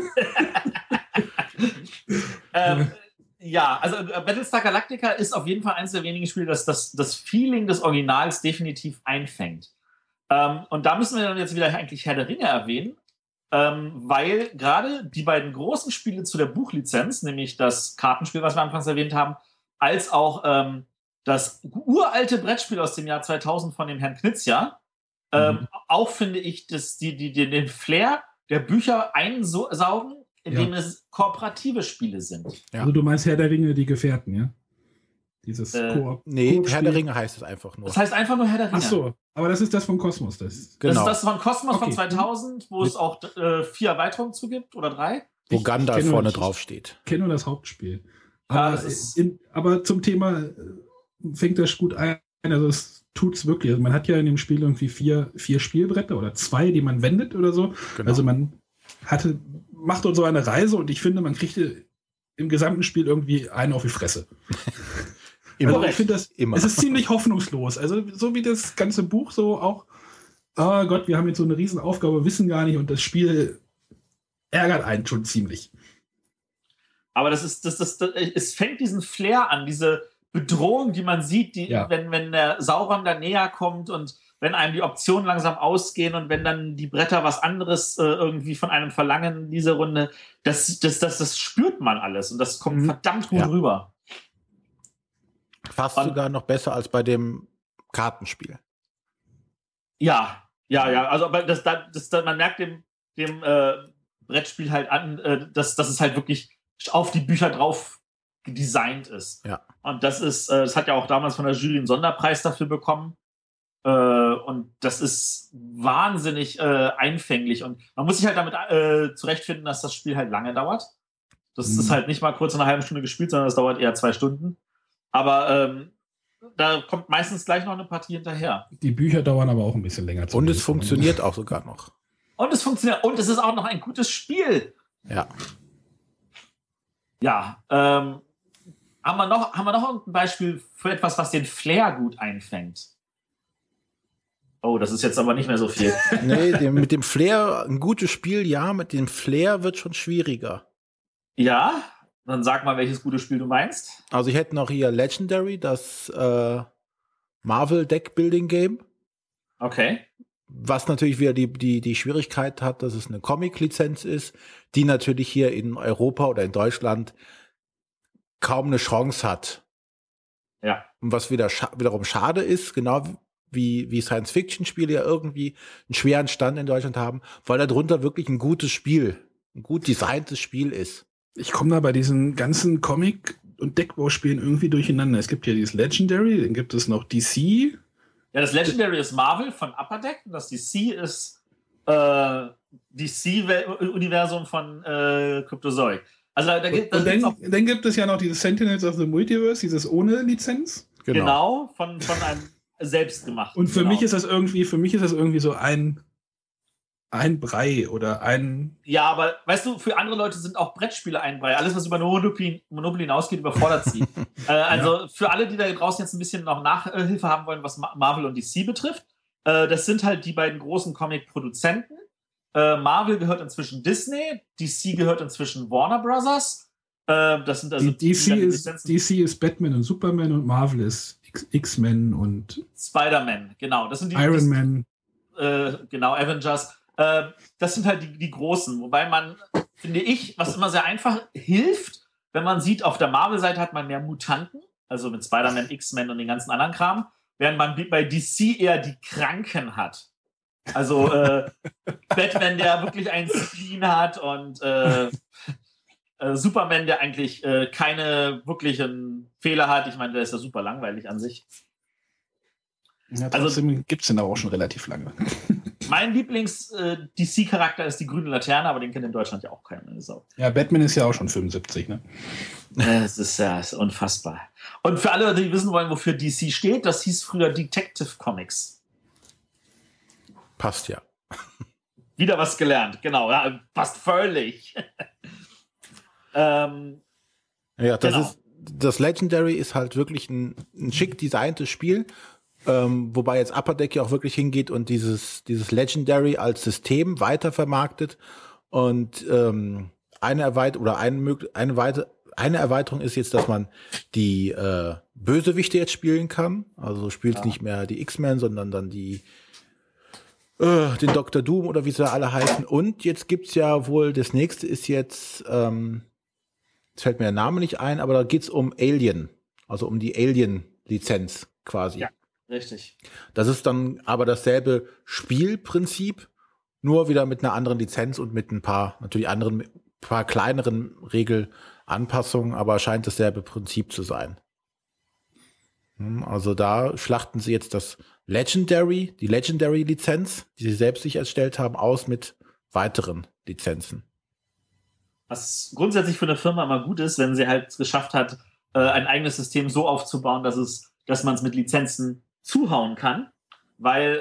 Ja, also Battlestar Galactica ist auf jeden Fall eines der wenigen Spiele, das das Feeling des Originals definitiv einfängt. Und da müssen wir dann jetzt wieder eigentlich Herr der Ringe erwähnen, weil gerade die beiden großen Spiele zu der Buchlizenz, nämlich das Kartenspiel, was wir anfangs erwähnt haben, als auch das uralte Brettspiel aus dem Jahr 2000 von dem Herrn Knizia, auch finde ich, dass den Flair der Bücher einsaugen, indem es kooperative Spiele sind. Ja. Also du meinst Herr der Ringe, die Gefährten, ja? Dieses Nee, Herr der Ringe heißt es einfach nur. Das heißt einfach nur Herr der Ringe. Ach so, aber das ist das von Kosmos. Genau. Das ist das von Kosmos von 2000, wo es auch 4 Erweiterungen zu gibt oder 3. Wo Gandalf vorne drauf steht. Ich kenne nur das Hauptspiel. Aber zum Thema fängt das gut ein. Also es tut's wirklich. Also man hat ja in dem Spiel irgendwie 4 Spielbretter oder 2, die man wendet oder so. Genau. Also man macht so eine Reise und ich finde, man kriegt im gesamten Spiel irgendwie einen auf die Fresse. Also ich finde es ist ziemlich hoffnungslos. Also so wie das ganze Buch so auch, oh Gott, wir haben jetzt so eine Riesenaufgabe, wissen gar nicht und das Spiel ärgert einen schon ziemlich. Aber es fängt diesen Flair an, diese Bedrohung, die man sieht, wenn der Sauron da näher kommt und wenn einem die Optionen langsam ausgehen und wenn dann die Bretter was anderes irgendwie von einem verlangen in dieser Runde, das spürt man alles und das kommt verdammt gut rüber. Fast sogar noch besser als bei dem Kartenspiel. Ja. Also man merkt dem Brettspiel halt an, dass es halt wirklich auf die Bücher drauf designt ist. Ja. Und das hat ja auch damals von der Jury einen Sonderpreis dafür bekommen. Und das ist wahnsinnig einfänglich. Und man muss sich halt damit zurechtfinden, dass das Spiel halt lange dauert. Das ist halt nicht mal kurz in einer halben Stunde gespielt, sondern das dauert eher 2 Stunden. Aber da kommt meistens gleich noch eine Partie hinterher. Die Bücher dauern aber auch ein bisschen länger. Und es funktioniert auch sogar noch. Und es funktioniert. Und es ist auch noch ein gutes Spiel. Ja. Ja. Haben wir noch irgendein Beispiel für etwas, was den Flair gut einfängt? Oh, das ist jetzt aber nicht mehr so viel. Nee, mit dem Flair, ein gutes Spiel, ja, mit dem Flair wird schon schwieriger. Ja, dann sag mal, welches gute Spiel du meinst. Also ich hätte noch hier Legendary, das Marvel Deck Building Game. Okay. Was natürlich wieder die Schwierigkeit hat, dass es eine Comic-Lizenz ist, die natürlich hier in Europa oder in Deutschland kaum eine Chance hat. Ja. Und was wiederum schade ist, genau wie Science-Fiction-Spiele ja irgendwie einen schweren Stand in Deutschland haben, weil darunter wirklich ein gutes Spiel, ein gut designtes Spiel ist. Ich komme da bei diesen ganzen Comic- und Deckbauspielen irgendwie durcheinander. Es gibt ja dieses Legendary, dann gibt es noch DC. Ja, das Legendary ist Marvel von Upper Deck und das DC ist DC-Universum von Cryptozoic. Also dann gibt es ja noch dieses Sentinels of the Multiverse, dieses ohne Lizenz. Genau, von einem selbst gemacht. Und für mich ist das irgendwie so ein Brei oder ein... Ja, aber weißt du, für andere Leute sind auch Brettspiele ein Brei. Alles, was über Monopoly hinausgeht, überfordert sie. Für alle, die da draußen jetzt ein bisschen noch Nachhilfe haben wollen, was Marvel und DC betrifft, das sind halt die beiden großen Comic-Produzenten. Marvel gehört inzwischen Disney, DC gehört inzwischen Warner Brothers. Das sind also DC ist Batman und Superman und Marvel ist X-Men und Spider-Man, genau. Das sind die Iron Man. Genau, Avengers. Das sind halt die Großen. Wobei man, finde ich, was immer sehr einfach hilft, wenn man sieht, auf der Marvel-Seite hat man mehr Mutanten, also mit Spider-Man, X-Men und den ganzen anderen Kram, während man bei DC eher die Kranken hat. Also Batman, der wirklich einen Spleen hat und Superman, der eigentlich keine wirklichen Fehler hat. Ich meine, der ist ja super langweilig an sich. Ja, trotzdem gibt es den aber auch schon relativ lange. Mein Lieblings-DC-Charakter ist die grüne Laterne, aber den kennt in Deutschland ja auch keiner. Ja, Batman ist ja auch schon 75, ne? Das ist unfassbar. Und für alle, die wissen wollen, wofür DC steht, das hieß früher Detective Comics. Passt ja. Wieder was gelernt, genau. Ja, passt völlig. Das Legendary ist halt wirklich ein schick designtes Spiel, wobei jetzt Upper Deck ja auch wirklich hingeht und dieses Legendary als System weitervermarktet. Und eine Erweiterung ist jetzt, dass man die Bösewichte jetzt spielen kann. Also du spielst nicht mehr die X-Men, sondern dann den Dr. Doom oder wie sie da alle heißen. Und jetzt gibt's ja wohl, das nächste ist jetzt, jetzt fällt mir der Name nicht ein, aber da geht's um Alien, also um die Alien-Lizenz quasi. Ja, richtig. Das ist dann aber dasselbe Spielprinzip, nur wieder mit einer anderen Lizenz und mit ein paar kleineren Regelanpassungen, aber scheint dasselbe Prinzip zu sein. Also da schlachten sie jetzt die Legendary-Lizenz, die sie selbst sich erstellt haben, aus mit weiteren Lizenzen. Was grundsätzlich für eine Firma immer gut ist, wenn sie halt geschafft hat, ein eigenes System so aufzubauen, dass man es mit Lizenzen zuhauen kann, weil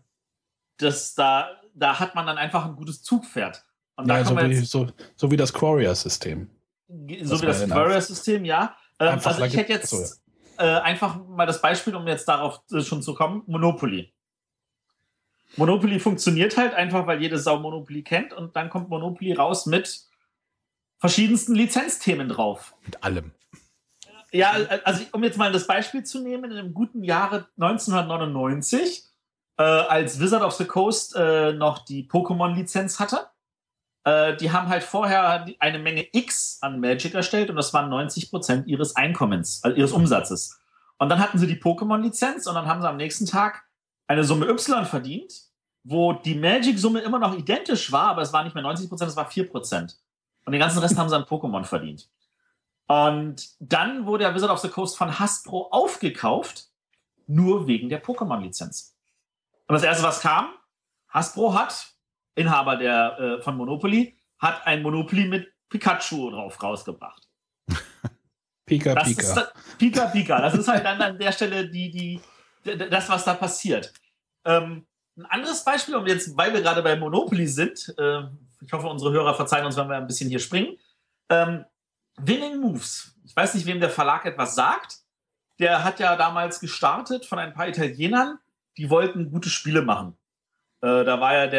da hat man dann einfach ein gutes Zugpferd. Und da so wie das Quarrier-System. So wie das Quarrier-System, ja. Also ich hätte jetzt einfach mal das Beispiel, um jetzt darauf schon zu kommen, Monopoly. Monopoly funktioniert halt einfach, weil jede Sau Monopoly kennt und dann kommt Monopoly raus mit verschiedensten Lizenzthemen drauf. Mit allem. Ja, also um jetzt mal das Beispiel zu nehmen, in einem guten Jahre 1999, als Wizard of the Coast noch die Pokémon-Lizenz hatte, die haben halt vorher eine Menge X an Magic erstellt und das waren 90% ihres Einkommens, also ihres Umsatzes. Und dann hatten sie die Pokémon-Lizenz und dann haben sie am nächsten Tag eine Summe Y verdient, wo die Magic-Summe immer noch identisch war, aber es war nicht mehr 90%, es war 4%. Und den ganzen Rest haben sie an Pokémon verdient. Und dann wurde der Wizard of the Coast von Hasbro aufgekauft, nur wegen der Pokémon-Lizenz. Und das Erste, was kam, Hasbro Inhaber von Monopoly, hat ein Monopoly mit Pikachu drauf rausgebracht. Pika. Pika. Das ist halt dann an der Stelle das, was da passiert. Ein anderes Beispiel, weil wir gerade bei Monopoly sind, ich hoffe, unsere Hörer verzeihen uns, wenn wir ein bisschen hier springen. Winning Moves. Ich weiß nicht, wem der Verlag etwas sagt. Der hat ja damals gestartet von ein paar Italienern, die wollten gute Spiele machen. Da war ja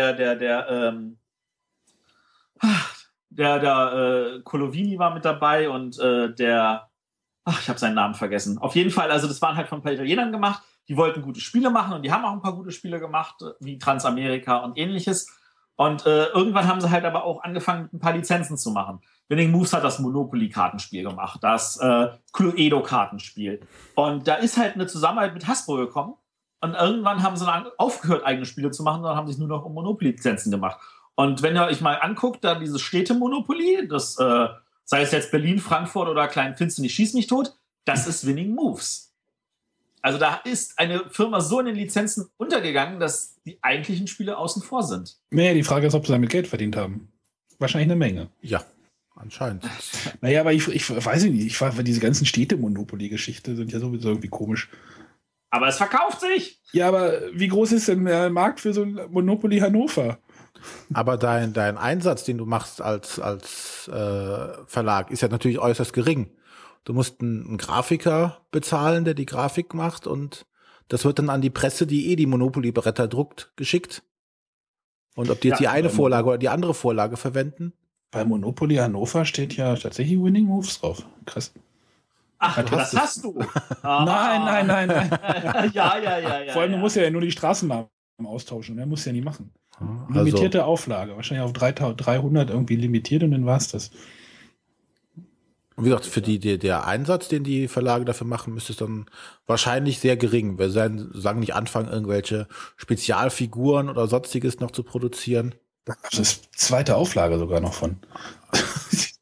der Colovini war mit dabei und ich habe seinen Namen vergessen. Auf jeden Fall, also das waren halt von ein paar Italienern gemacht, die wollten gute Spiele machen und die haben auch ein paar gute Spiele gemacht, wie Transamerika und ähnliches. Und irgendwann haben sie halt aber auch angefangen, mit ein paar Lizenzen zu machen. Winning Moves hat das Monopoly-Kartenspiel gemacht, das Cluedo-Kartenspiel. Und da ist halt eine Zusammenarbeit mit Hasbro gekommen. Und irgendwann haben sie dann aufgehört, eigene Spiele zu machen, sondern haben sich nur noch um Monopoly-Lizenzen gemacht. Und wenn ihr euch mal anguckt, da dieses Städte-Monopoly, das sei es jetzt Berlin, Frankfurt oder Klein-Finsternis, schieß mich tot, das ist Winning Moves. Also da ist eine Firma so in den Lizenzen untergegangen, dass die eigentlichen Spiele außen vor sind. Nee, die Frage ist, ob sie damit Geld verdient haben. Wahrscheinlich eine Menge. Ja, anscheinend. Naja, aber ich weiß nicht, diese ganzen Städte-Monopoly-Geschichte sind ja sowieso irgendwie komisch. Aber es verkauft sich! Ja, aber wie groß ist denn der Markt für so ein Monopoly Hannover? Aber dein Einsatz, den du machst als Verlag, ist ja natürlich äußerst gering. Du musst einen Grafiker bezahlen, der die Grafik macht und das wird dann an die Presse, die die Monopoly-Bretter druckt, geschickt. Und ob die jetzt die eine Vorlage oder die andere Vorlage verwenden? Bei Monopoly Hannover steht ja tatsächlich Winning Moves drauf. Krass. Ach, das hast du. Nein. Ja. Vor allem, du musst ja nur die Straßennamen austauschen. Mehr musst du ja nie machen. Limitierte Auflage. Wahrscheinlich auf 300 irgendwie limitiert und dann war es das. Und wie gesagt, für der Einsatz, den die Verlage dafür machen, müsste es dann wahrscheinlich sehr gering. Wir sagen nicht anfangen, irgendwelche Spezialfiguren oder sonstiges noch zu produzieren. Das ist zweite Auflage sogar noch von.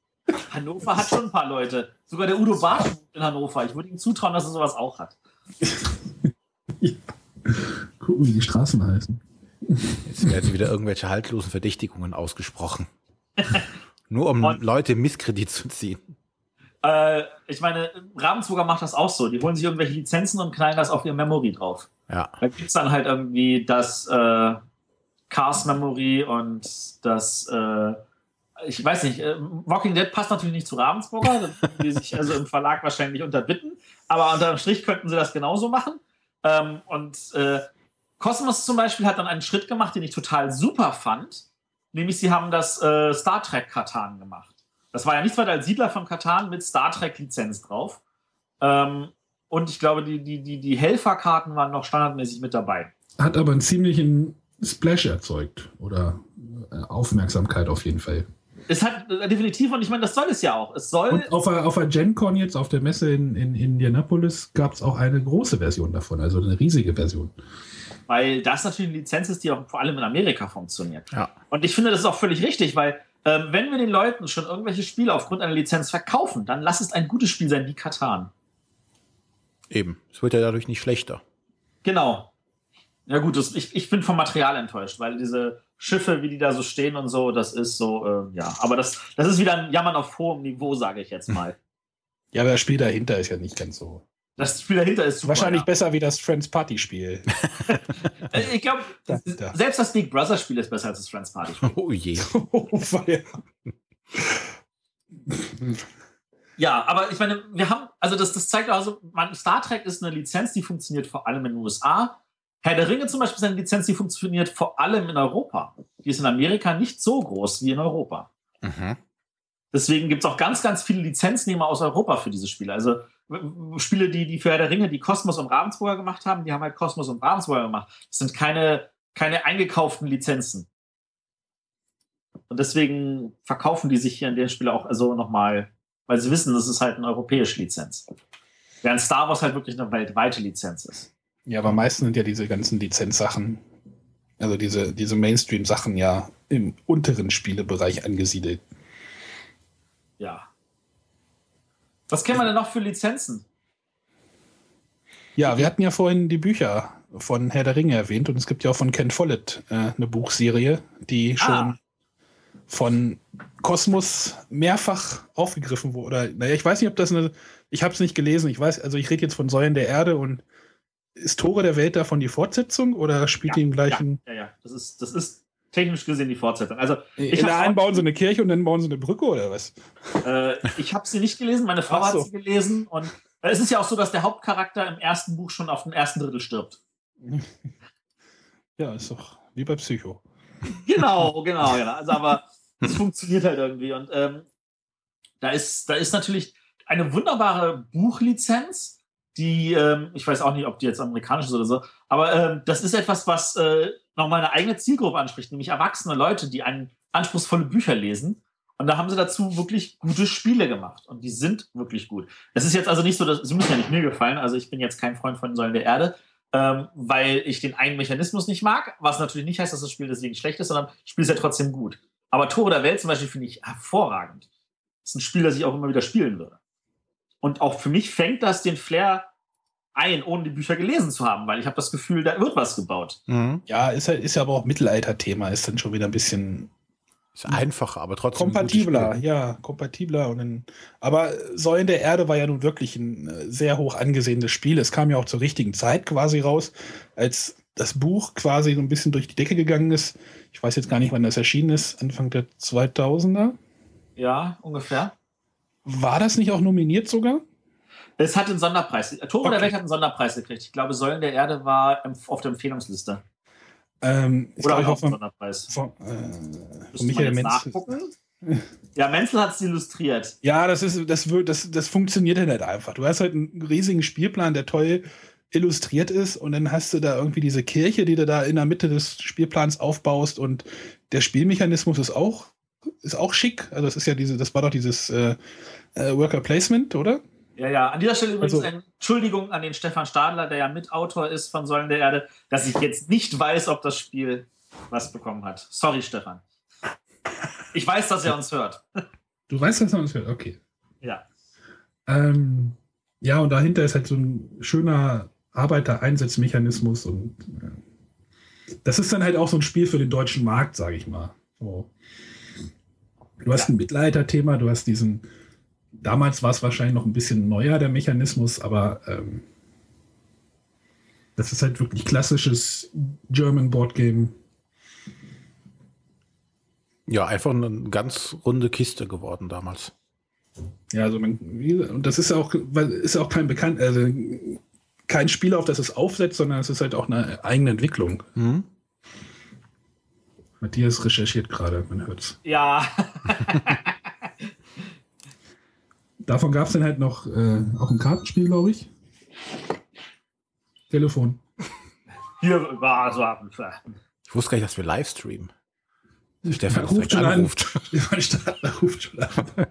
Hannover hat schon ein paar Leute. Sogar der Udo Bartsch in Hannover. Ich würde ihm zutrauen, dass er sowas auch hat. Ja. Gucken, wie die Straßen heißen. Jetzt werden wieder irgendwelche haltlosen Verdächtigungen ausgesprochen. Nur um Leute in Misskredit zu ziehen. Ich meine, Ravensburger macht das auch so. Die holen sich irgendwelche Lizenzen und knallen das auf ihr Memory drauf. Ja. Da gibt es dann halt irgendwie das Cars Memory und das, ich weiß nicht, Walking Dead passt natürlich nicht zu Ravensburger, die sich also im Verlag wahrscheinlich unterbitten, aber unterm Strich könnten sie das genauso machen. Cosmos zum Beispiel hat dann einen Schritt gemacht, den ich total super fand, nämlich sie haben das Star Trek Catan gemacht. Das war ja nichts weiter als Siedler von Catan mit Star Trek Lizenz drauf. Und ich glaube, die Helferkarten waren noch standardmäßig mit dabei. Hat aber einen ziemlichen Splash erzeugt oder Aufmerksamkeit auf jeden Fall. Es hat definitiv, und ich meine, das soll es ja auch. Es soll. Und auf der GenCon jetzt, auf der Messe in Indianapolis, gab es auch eine große Version davon, also eine riesige Version. Weil das natürlich eine Lizenz ist, die auch vor allem in Amerika funktioniert. Ja. Und ich finde, das ist auch völlig richtig, weil wenn wir den Leuten schon irgendwelche Spiele aufgrund einer Lizenz verkaufen, dann lass es ein gutes Spiel sein wie Catan. Eben. Es wird ja dadurch nicht schlechter. Genau. Ja gut, ich bin vom Material enttäuscht, weil diese Schiffe, wie die da so stehen und so, das ist so, ja. Aber das ist wieder ein Jammern auf hohem Niveau, sage ich jetzt mal. Ja, aber das Spiel dahinter ist ja nicht ganz so. Das Spiel dahinter ist super. Wahrscheinlich besser wie das Friends Party Spiel. Ich glaube, selbst das Big Brother Spiel ist besser als das Friends Party Spiel. Oh je. Ja, aber ich meine, wir haben, also das zeigt also, Star Trek ist eine Lizenz, die funktioniert vor allem in den USA. Herr der Ringe zum Beispiel ist eine Lizenz, die funktioniert vor allem in Europa. Die ist in Amerika nicht so groß wie in Europa. Mhm. Deswegen gibt es auch ganz, ganz viele Lizenznehmer aus Europa für diese Spiele. Also Spiele, die für Herr der Ringe, die Cosmos und Ravensburger gemacht haben, die haben halt Cosmos und Ravensburger gemacht. Das sind keine eingekauften Lizenzen. Und deswegen verkaufen die sich hier in den Spielen auch also nochmal, weil sie wissen, das ist halt eine europäische Lizenz. Während Star Wars halt wirklich eine weltweite Lizenz ist. Ja, aber meistens sind ja diese ganzen Lizenzsachen, also diese Mainstream-Sachen ja im unteren Spielebereich angesiedelt. Ja. Was kennen wir denn noch für Lizenzen? Ja, wir hatten ja vorhin die Bücher von Herr der Ringe erwähnt und es gibt ja auch von Ken Follett eine Buchserie, die schon von Kosmos mehrfach aufgegriffen wurde. Naja, ich weiß nicht, ob das ich habe es nicht gelesen, ich rede jetzt von Säulen der Erde und ist Tore der Welt davon die Fortsetzung oder spielt die im gleichen? Ja. Das ist technisch gesehen die Fortsetzung. Also in der einen bauen sie eine Kirche und dann bauen sie eine Brücke oder was? Ich habe sie nicht gelesen, meine Frau hat sie gelesen und es ist ja auch so, dass der Hauptcharakter im ersten Buch schon auf dem ersten Drittel stirbt. Ja, ist doch wie bei Psycho. Genau. Also, aber es funktioniert halt irgendwie und da ist natürlich eine wunderbare Buchlizenz, die, ich weiß auch nicht, ob die jetzt amerikanisch ist oder so, aber das ist etwas, was nochmal eine eigene Zielgruppe anspricht, nämlich erwachsene Leute, die anspruchsvolle Bücher lesen. Und da haben sie dazu wirklich gute Spiele gemacht. Und die sind wirklich gut. Es ist jetzt also nicht so, dass sie müssen ja nicht mir gefallen. Also ich bin jetzt kein Freund von Säulen der Erde, weil ich den einen Mechanismus nicht mag, was natürlich nicht heißt, dass das Spiel deswegen schlecht ist, sondern das Spiel ist ja trotzdem gut. Aber Tore der Welt zum Beispiel finde ich hervorragend. Das ist ein Spiel, das ich auch immer wieder spielen würde. Und auch für mich fängt das den Flair ein, ohne die Bücher gelesen zu haben, weil ich habe das Gefühl, da wird was gebaut. Mhm. Ja, ist ja aber auch Mittelalter-Thema, ist dann schon wieder ein bisschen ist einfacher, aber trotzdem kompatibler. Aber Säulen der Erde war ja nun wirklich ein sehr hoch angesehenes Spiel. Es kam ja auch zur richtigen Zeit quasi raus, als das Buch quasi so ein bisschen durch die Decke gegangen ist. Ich weiß jetzt gar nicht, wann das erschienen ist, Anfang der 2000er? Ja, ungefähr. War das nicht auch nominiert sogar? Es hat einen Sonderpreis. Tore der Welt hat einen Sonderpreis gekriegt. Ich glaube, Säulen der Erde war auf der Empfehlungsliste. Oder auch auf einen Sonderpreis. Von Michael Menzel. Ja, Menzel hat es illustriert. Ja, das funktioniert ja nicht einfach. Du hast halt einen riesigen Spielplan, der toll illustriert ist und dann hast du da irgendwie diese Kirche, die du da in der Mitte des Spielplans aufbaust und der Spielmechanismus ist auch schick. Also das war doch dieses Worker Placement, oder? Ja. An dieser Stelle übrigens eine Entschuldigung an den Stefan Stadler, der ja Mitautor ist von Säulen der Erde, dass ich jetzt nicht weiß, ob das Spiel was bekommen hat. Sorry, Stefan. Ich weiß, dass er uns hört. Du weißt, dass man es hört? Okay. Ja. Ja, und dahinter ist halt so ein schöner Arbeitereinsatzmechanismus und das ist dann halt auch so ein Spiel für den deutschen Markt, sage ich mal. So. Du hast ein Mittelalter-Thema, du hast diesen, damals war es wahrscheinlich noch ein bisschen neuer, der Mechanismus, aber das ist halt wirklich klassisches German Board Game. Ja, einfach eine ganz runde Kiste geworden damals. Ja, also und das ist auch kein Spiel, auf das es aufsetzt, sondern es ist halt auch eine eigene Entwicklung. Mhm. Matthias recherchiert gerade, man hört's. Ja. Davon gab es dann halt noch auch ein Kartenspiel, glaube ich. Telefon. Hier war so. Ich wusste gar nicht, dass wir live streamen. Stefan ruft schon anruft. Ruft schon an.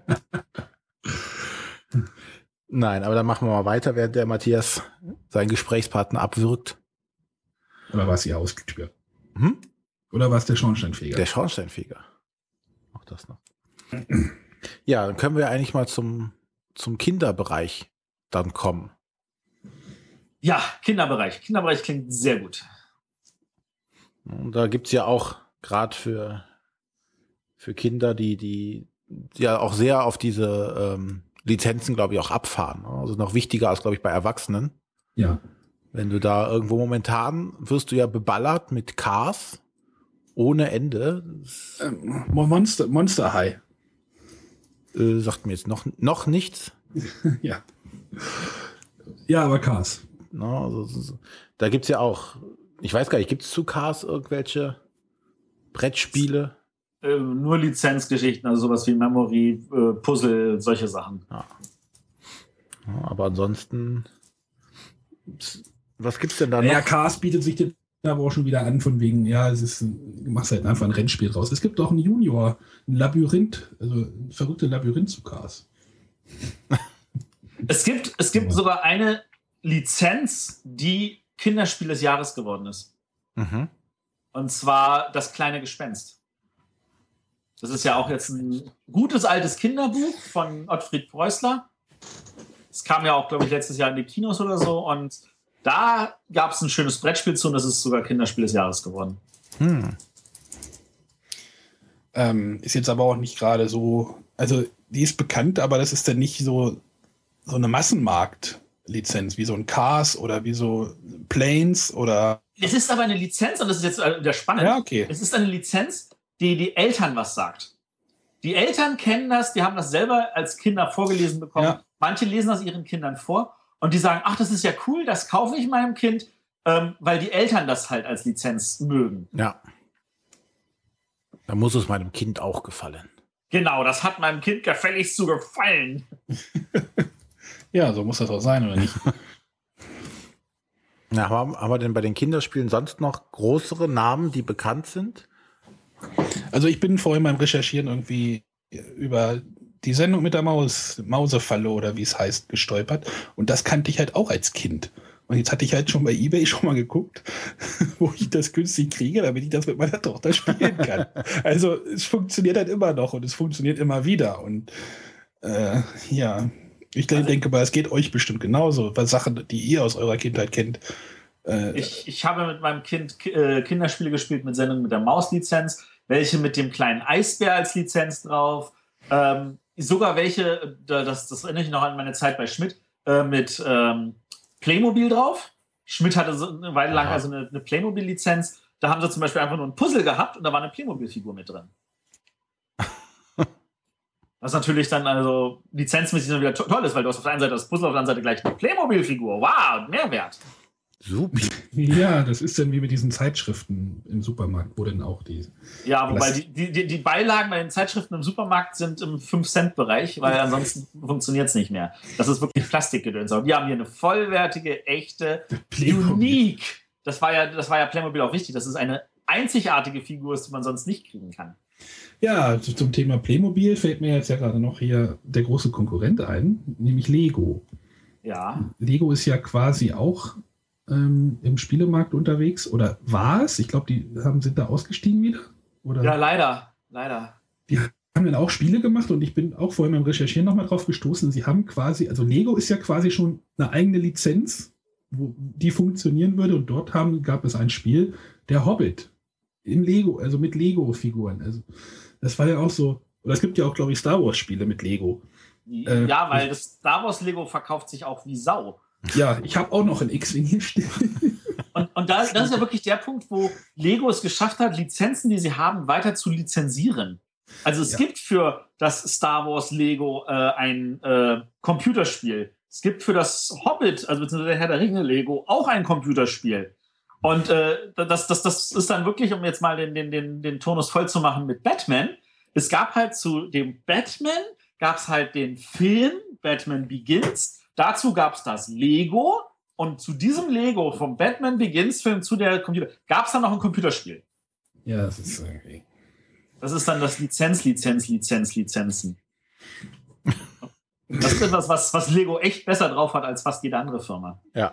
Nein, aber dann machen wir mal weiter, während der Matthias seinen Gesprächspartner abwürgt. Oder war es die Haustür? Hm? Oder war es der Schornsteinfeger? Der Schornsteinfeger. Auch das noch. Ja, dann können wir eigentlich mal zum Kinderbereich dann kommen. Ja, Kinderbereich. Kinderbereich klingt sehr gut. Und da gibt's ja auch gerade für Kinder, die ja auch sehr auf diese Lizenzen, glaube ich, auch abfahren. Also noch wichtiger als, glaube ich, bei Erwachsenen. Ja. Wenn du da irgendwo momentan wirst du ja beballert mit Cars ohne Ende. Monster High. Sagt mir jetzt noch nichts. Ja. Ja, aber Cars. Na, also, da gibt's ja auch, ich weiß gar nicht, gibt's zu Cars irgendwelche Brettspiele? Nur Lizenzgeschichten, also sowas wie Memory, Puzzle, solche Sachen. Ja. Ja, aber ansonsten, was gibt's denn da noch? Ja, Cars bietet sich den aber auch schon wieder an, von wegen, ja, du machst halt einfach ein Rennspiel raus. Es gibt auch ein Junior, ein Labyrinth, also ein verrücktes Labyrinth zu Cars. Es gibt sogar eine Lizenz, die Kinderspiel des Jahres geworden ist. Mhm. Und zwar Das kleine Gespenst. Das ist ja auch jetzt ein gutes altes Kinderbuch von Ottfried Preußler. Es kam ja auch, glaube ich, letztes Jahr in die Kinos oder so. Und da gab es ein schönes Brettspiel zu und das ist sogar Kinderspiel des Jahres geworden. Ist jetzt aber auch nicht gerade so, also die ist bekannt, aber das ist dann nicht so eine Massenmarkt-Lizenz, wie so ein Cars oder wie so Planes oder... Es ist aber eine Lizenz und das ist jetzt wieder spannend. Ja, okay. Es ist eine Lizenz, die Eltern was sagt. Die Eltern kennen das, die haben das selber als Kinder vorgelesen bekommen. Ja. Manche lesen das ihren Kindern vor und die sagen, ach, das ist ja cool, das kaufe ich meinem Kind, weil die Eltern das halt als Lizenz mögen. Ja. Da muss es meinem Kind auch gefallen. Genau, das hat meinem Kind gefälligst zu gefallen. Ja, so muss das auch sein, oder nicht? Ja, haben wir denn bei den Kinderspielen sonst noch größere Namen, die bekannt sind? Also ich bin vorhin beim Recherchieren irgendwie über die Sendung mit der Mausefalle oder wie es heißt, gestolpert. Und das kannte ich halt auch als Kind. Und jetzt hatte ich halt schon bei eBay schon mal geguckt, wo ich das günstig kriege, damit ich das mit meiner Tochter spielen kann. Also es funktioniert halt immer noch und es funktioniert immer wieder. Und ja, ich denke mal, es geht euch bestimmt genauso. Bei Sachen, die ihr aus eurer Kindheit kennt. Ich habe mit meinem Kind Kinderspiele gespielt mit Sendungen mit der Maus-Lizenz, welche mit dem kleinen Eisbär als Lizenz drauf, sogar welche, das erinnere ich noch an meine Zeit bei Schmidt, mit Playmobil drauf. Schmidt hatte so eine Weile lang also eine Playmobil-Lizenz. Da haben sie zum Beispiel einfach nur ein Puzzle gehabt und da war eine Playmobil-Figur mit drin. Was natürlich dann also lizenzmäßig dann wieder toll ist, weil du hast auf der einen Seite das Puzzle, auf der anderen Seite gleich eine Playmobil-Figur. Wow, Mehrwert. Super. Ja, das ist dann wie mit diesen Zeitschriften im Supermarkt, wo denn auch die... Ja, wobei die Beilagen bei den Zeitschriften im Supermarkt sind im 5-Cent-Bereich, weil ansonsten funktioniert es nicht mehr. Das ist wirklich Plastikgedöns. Aber wir haben hier eine vollwertige, echte, unique. Das war ja Playmobil auch wichtig. Das ist eine einzigartige Figur, die man sonst nicht kriegen kann. Ja, zum Thema Playmobil fällt mir jetzt ja gerade noch hier der große Konkurrent ein, nämlich Lego. Ja. Lego ist ja quasi auch im Spielemarkt unterwegs, oder war es? Ich glaube, die sind da ausgestiegen wieder? Oder? Ja, leider. Die haben dann auch Spiele gemacht und ich bin auch vorhin beim Recherchieren nochmal drauf gestoßen. Sie haben quasi, also Lego ist ja quasi schon eine eigene Lizenz, die funktionieren würde und dort gab es ein Spiel, der Hobbit, in Lego, also mit Lego-Figuren. Also das war ja auch so, oder es gibt ja auch, glaube ich, Star Wars-Spiele mit Lego. Ja, weil das Star Wars Lego verkauft sich auch wie Sau. Ja, ich habe auch noch ein X-Wing hier stehen. Und das ist ja wirklich der Punkt, wo Lego es geschafft hat, Lizenzen, die sie haben, weiter zu lizenzieren. Also es gibt für das Star Wars Lego ein Computerspiel. Es gibt für das Hobbit, also beziehungsweise Herr der Ringe Lego, auch ein Computerspiel. Und das ist dann wirklich, um jetzt mal den Tonus voll zu machen mit Batman. Es gab halt zu dem Batman, gab es halt den Film Batman Begins. Dazu gab es das Lego. Und zu diesem Lego vom Batman Begins Film zu der Computer gab es dann noch ein Computerspiel. Ja, das ist irgendwie. Das ist dann das Lizenzen. Das ist etwas, was Lego echt besser drauf hat als fast jede andere Firma. Ja.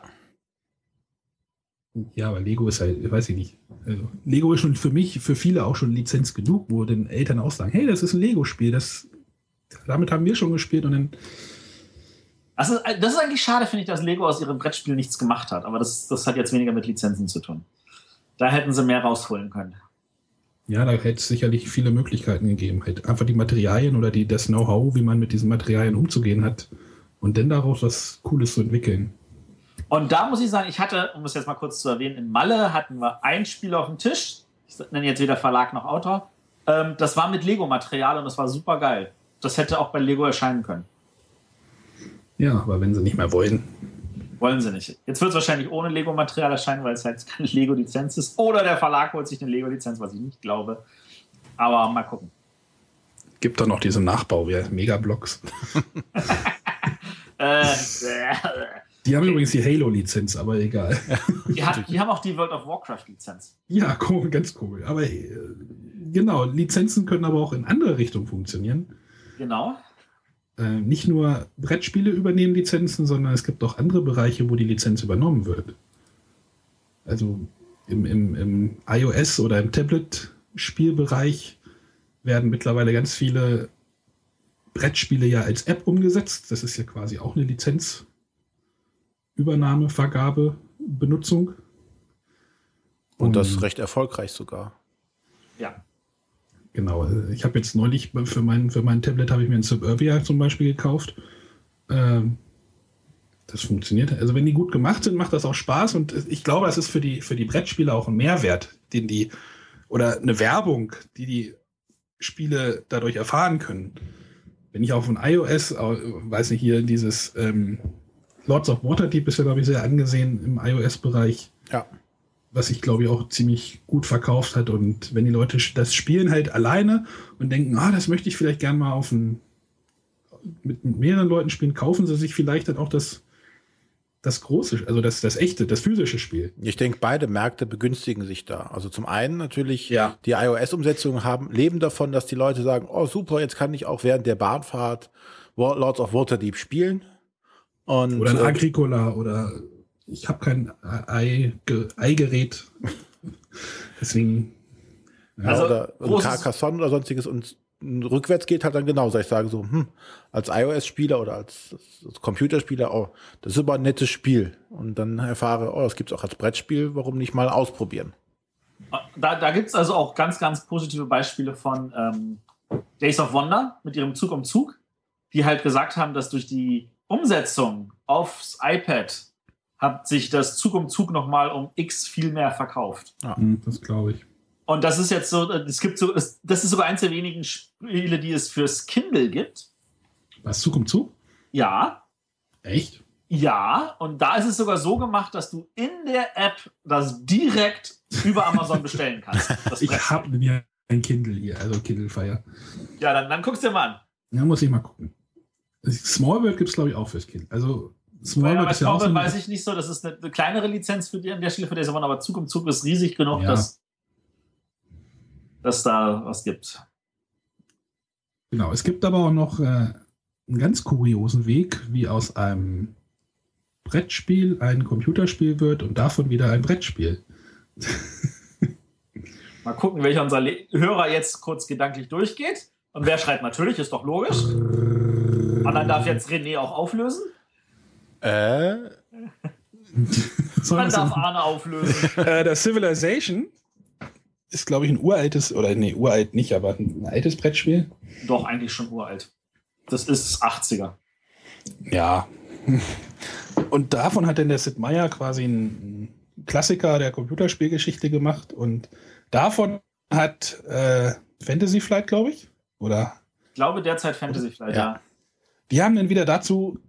Ja, aber Lego ist halt, weiß ich nicht. Also, Lego ist schon für mich, für viele auch schon Lizenz genug, wo den Eltern auch sagen, hey, das ist ein Lego-Spiel, damit haben wir schon gespielt und dann. Das ist eigentlich schade, finde ich, dass Lego aus ihrem Brettspiel nichts gemacht hat. Aber das hat jetzt weniger mit Lizenzen zu tun. Da hätten sie mehr rausholen können. Ja, da hätte es sicherlich viele Möglichkeiten gegeben. Halt einfach die Materialien oder das Know-how, wie man mit diesen Materialien umzugehen hat und dann daraus was Cooles zu entwickeln. Und da muss ich sagen, um es jetzt mal kurz zu erwähnen, in Malle hatten wir ein Spiel auf dem Tisch. Ich nenne jetzt weder Verlag noch Autor. Das war mit Lego-Material und das war super geil. Das hätte auch bei Lego erscheinen können. Ja, aber wenn sie nicht mehr wollen. Wollen sie nicht. Jetzt wird es wahrscheinlich ohne Lego-Material erscheinen, weil es halt keine Lego-Lizenz ist. Oder der Verlag holt sich eine Lego-Lizenz, was ich nicht glaube. Aber mal gucken. Gibt doch noch diesen Nachbau, wie Megablocks. Die haben übrigens die Halo-Lizenz, aber egal. Die haben auch die World of Warcraft-Lizenz. Ja, cool, ganz cool. Aber genau, Lizenzen können aber auch in andere Richtungen funktionieren. Genau. Nicht nur Brettspiele übernehmen Lizenzen, sondern es gibt auch andere Bereiche, wo die Lizenz übernommen wird. Also im iOS oder im Tablet-Spielbereich werden mittlerweile ganz viele Brettspiele ja als App umgesetzt. Das ist ja quasi auch eine Lizenzübernahme, Vergabe, Benutzung. Und das recht erfolgreich sogar. Ja. Genau, ich habe jetzt neulich für mein Tablet habe ich mir ein Suburbia zum Beispiel gekauft. Das funktioniert. Also wenn die gut gemacht sind, macht das auch Spaß und ich glaube, es ist für die Brettspieler auch ein Mehrwert, oder eine Werbung, die Spiele dadurch erfahren können. Wenn ich auf ein iOS, weiß nicht, hier dieses Lords of Waterdeep ist ja, glaube ich, sehr angesehen im iOS-Bereich. Ja. Was sich, glaube ich, auch ziemlich gut verkauft hat. Und wenn die Leute das spielen halt alleine und denken, das möchte ich vielleicht gern mal mit mehreren Leuten spielen, kaufen sie sich vielleicht dann auch das große, also das echte, das physische Spiel. Ich denke, beide Märkte begünstigen sich da. Also zum einen natürlich die iOS-Umsetzungen leben davon, dass die Leute sagen, oh super, jetzt kann ich auch während der Bahnfahrt Lords of Waterdeep spielen. Oder ein Agricola oder ich habe kein Eigerät. Deswegen. Ja, also oder ein Carcassonne oder sonstiges und rückwärts geht halt dann genauso. Ich sage so, als iOS-Spieler oder als Computerspieler, das ist aber ein nettes Spiel. Und dann erfahre, das gibt es auch als Brettspiel, warum nicht mal ausprobieren? Da gibt es also auch ganz, ganz positive Beispiele von Days of Wonder mit ihrem Zug um Zug, die halt gesagt haben, dass durch die Umsetzung aufs iPad hat sich das Zug um Zug nochmal um X viel mehr verkauft. Ja, das glaube ich. Und das ist jetzt so, das ist sogar eins der wenigen Spiele, die es fürs Kindle gibt. Was, Zug um Zug? Ja. Echt? Ja, und da ist es sogar so gemacht, dass du in der App das direkt über Amazon bestellen kannst. Ich habe mir ein Kindle hier, also Kindle Fire. Ja, dann guckst du dir mal an. Ja, muss ich mal gucken. Small World gibt es, glaube ich, auch fürs Kindle. Also Small World ist ja auch so weiß ich nicht so, das ist eine kleinere Lizenz für die an der Stelle, für Days of Wonder, aber Zug um Zug ist riesig genug, dass da was gibt. Genau, es gibt aber auch noch einen ganz kuriosen Weg, wie aus einem Brettspiel ein Computerspiel wird und davon wieder ein Brettspiel. Mal gucken, welcher unserer Hörer jetzt kurz gedanklich durchgeht. Und wer schreibt natürlich, ist doch logisch. Und dann darf jetzt René auch auflösen. Man darf Arne auflösen. Das Civilization ist, glaube ich, ein uraltes, oder nee, uralt nicht, aber ein altes Brettspiel. Doch, eigentlich schon uralt. Das ist 80er. Ja. Und davon hat denn der Sid Meier quasi einen Klassiker der Computerspielgeschichte gemacht. Und davon hat Fantasy Flight, glaube ich, oder? Ich glaube derzeit Fantasy Flight, ja. Die haben dann wieder dazu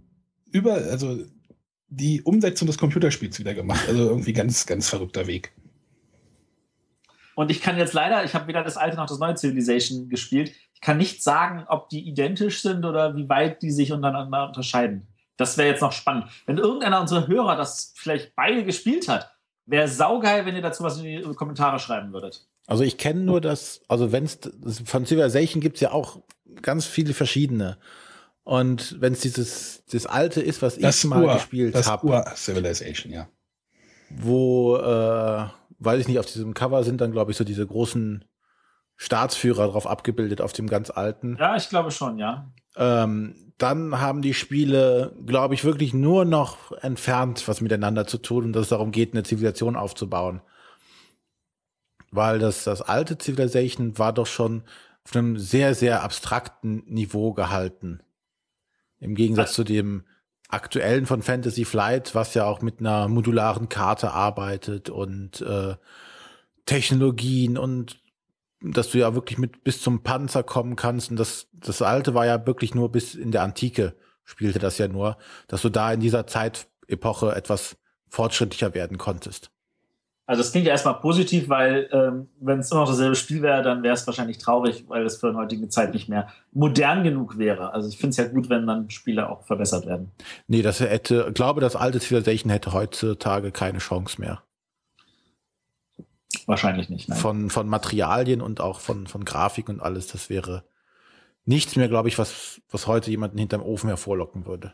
die Umsetzung des Computerspiels wieder gemacht. Also irgendwie ganz, ganz verrückter Weg. Und ich kann jetzt leider, ich habe weder das alte noch das neue Civilization gespielt. Ich kann nicht sagen, ob die identisch sind oder wie weit die sich untereinander unterscheiden. Das wäre jetzt noch spannend. Wenn irgendeiner unserer Hörer das vielleicht beide gespielt hat, wäre saugeil, wenn ihr dazu was in die Kommentare schreiben würdet. Also ich kenne nur von Civilization gibt es ja auch ganz viele verschiedene. Und wenn es das alte ist, was ich mal gespielt habe. Das Civilization, ja. Wo, weiß ich nicht, auf diesem Cover sind dann, glaube ich, so diese großen Staatsführer drauf abgebildet, auf dem ganz alten. Ja, ich glaube schon, ja. Dann haben die Spiele, glaube ich, wirklich nur noch entfernt was miteinander zu tun und dass es darum geht, eine Zivilisation aufzubauen. Weil das alte Civilization war doch schon auf einem sehr, sehr abstrakten Niveau gehalten. Im Gegensatz zu dem aktuellen von Fantasy Flight, was ja auch mit einer modularen Karte arbeitet und Technologien und dass du ja wirklich bis zum Panzer kommen kannst. Und das alte war ja wirklich nur bis in der Antike spielte das ja nur, dass du da in dieser Zeitepoche etwas fortschrittlicher werden konntest. Also das klingt ja erstmal positiv, weil wenn es immer noch dasselbe Spiel wäre, dann wäre es wahrscheinlich traurig, weil es für die heutige Zeit nicht mehr modern genug wäre. Also ich finde es ja gut, wenn dann Spiele auch verbessert werden. Nee, glaube, das alte Civilization hätte heutzutage keine Chance mehr. Wahrscheinlich nicht, nein. Von Materialien und auch von Grafik und alles, das wäre nichts mehr, glaube ich, was heute jemanden hinterm Ofen hervorlocken würde.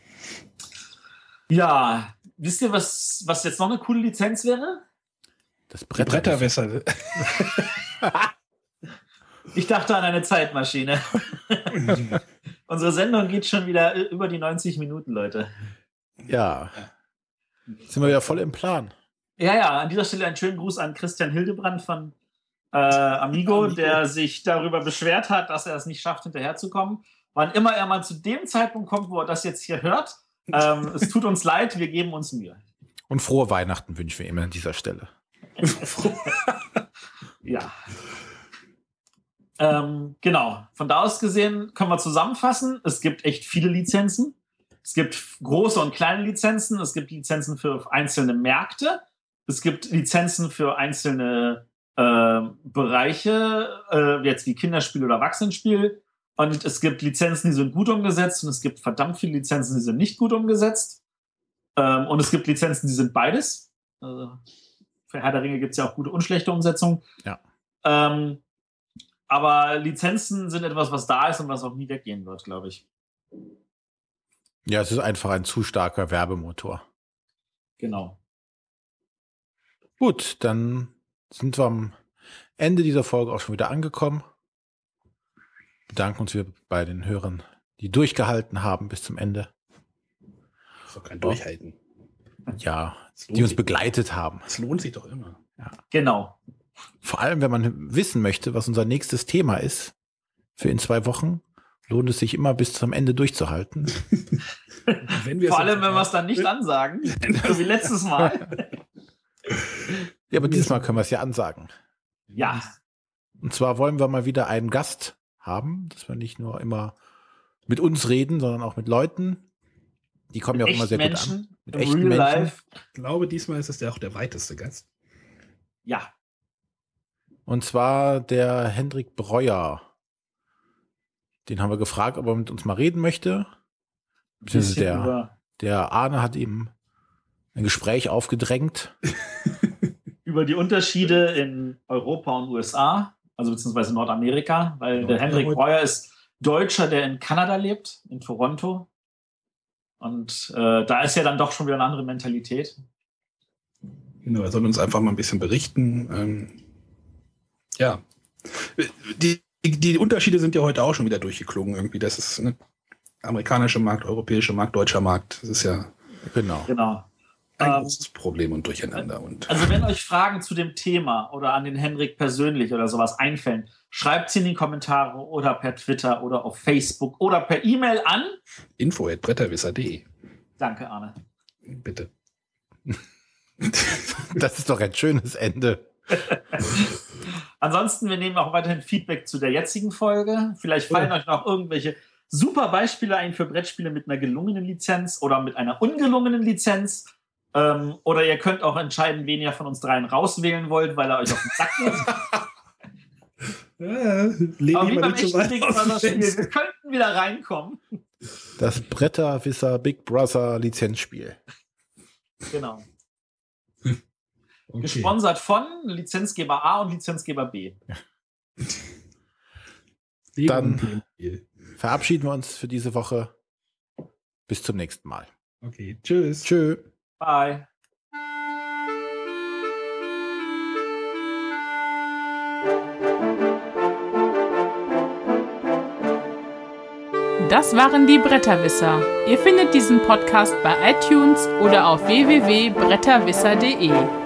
Ja, wisst ihr, was jetzt noch eine coole Lizenz wäre? Das Bretterwässer. Ich dachte an eine Zeitmaschine. Unsere Sendung geht schon wieder über die 90 Minuten, Leute. Ja. Jetzt sind wir wieder voll im Plan. Ja, an dieser Stelle einen schönen Gruß an Christian Hildebrand von Amigo, der sich darüber beschwert hat, dass er es nicht schafft, hinterherzukommen. Wann immer er mal zu dem Zeitpunkt kommt, wo er das jetzt hier hört, es tut uns leid, wir geben uns Mühe. Und frohe Weihnachten wünschen wir ihm an dieser Stelle. Ja. Genau. Von da aus gesehen können wir zusammenfassen. Es gibt echt viele Lizenzen. Es gibt große und kleine Lizenzen. Es gibt Lizenzen für einzelne Märkte. Es gibt Lizenzen für einzelne Bereiche, jetzt wie Kinderspiel oder Erwachsenenspiel. Und es gibt Lizenzen, die sind gut umgesetzt und es gibt verdammt viele Lizenzen, die sind nicht gut umgesetzt. Und es gibt Lizenzen, die sind beides. Für Herr der Ringe gibt es ja auch gute und schlechte Umsetzungen. Ja. Aber Lizenzen sind etwas, was da ist und was auch nie weggehen wird, glaube ich. Ja, es ist einfach ein zu starker Werbemotor. Genau. Gut, dann sind wir am Ende dieser Folge auch schon wieder angekommen. Bedanken uns wieder bei den Hörern, die durchgehalten haben bis zum Ende. Das ist doch kein Durchhalten. Ja, die uns begleitet haben. Es lohnt sich doch immer. Ja. Genau. Vor allem, wenn man wissen möchte, was unser nächstes Thema ist, für in 2 Wochen, lohnt es sich immer bis zum Ende durchzuhalten. Vor allem, wenn wir es dann nicht ansagen, so wie letztes Mal. Ja, aber dieses Mal können wir es ja ansagen. Ja. Und zwar wollen wir mal wieder einen Gast haben, dass wir nicht nur immer mit uns reden, sondern auch mit Leuten. Die kommen ja auch immer sehr gut an. Mit echten Menschen. Life. Ich glaube, diesmal ist es ja auch der weiteste Gast. Ja. Und zwar der Hendrik Breuer. Den haben wir gefragt, ob er mit uns mal reden möchte. Der Arne hat ihm ein Gespräch aufgedrängt. Über die Unterschiede in Europa und USA, also beziehungsweise Nordamerika, weil der Hendrik Breuer ist Deutscher, der in Kanada lebt, in Toronto. Und da ist ja dann doch schon wieder eine andere Mentalität. Genau, er soll uns einfach mal ein bisschen berichten. Ja, Die Unterschiede sind ja heute auch schon wieder durchgeklungen irgendwie. Das ist ein amerikanischer Markt, europäischer Markt, deutscher Markt. Das ist ja genau. ein großes Problem und Durcheinander. Also wenn euch Fragen zu dem Thema oder an den Henrik persönlich oder sowas einfällen, schreibt sie in die Kommentare oder per Twitter oder auf Facebook oder per E-Mail an info@bretterwisser.de. Danke, Arne. Bitte. Das ist doch ein schönes Ende. Ansonsten, wir nehmen auch weiterhin Feedback zu der jetzigen Folge. Vielleicht fallen euch noch irgendwelche super Beispiele ein für Brettspiele mit einer gelungenen Lizenz oder mit einer ungelungenen Lizenz. Oder ihr könnt auch entscheiden, wen ihr von uns dreien rauswählen wollt, weil er euch auf den Sack geht. Aber wie beim echten Big Brother Spiel, wir könnten wieder reinkommen. Das Bretterwisser Big Brother Lizenzspiel. Genau. Okay. Gesponsert von Lizenzgeber A und Lizenzgeber B. Dann verabschieden wir uns für diese Woche. Bis zum nächsten Mal. Okay, tschüss. Tschö. Bye. Das waren die Bretterwisser. Ihr findet diesen Podcast bei iTunes oder auf www.bretterwisser.de.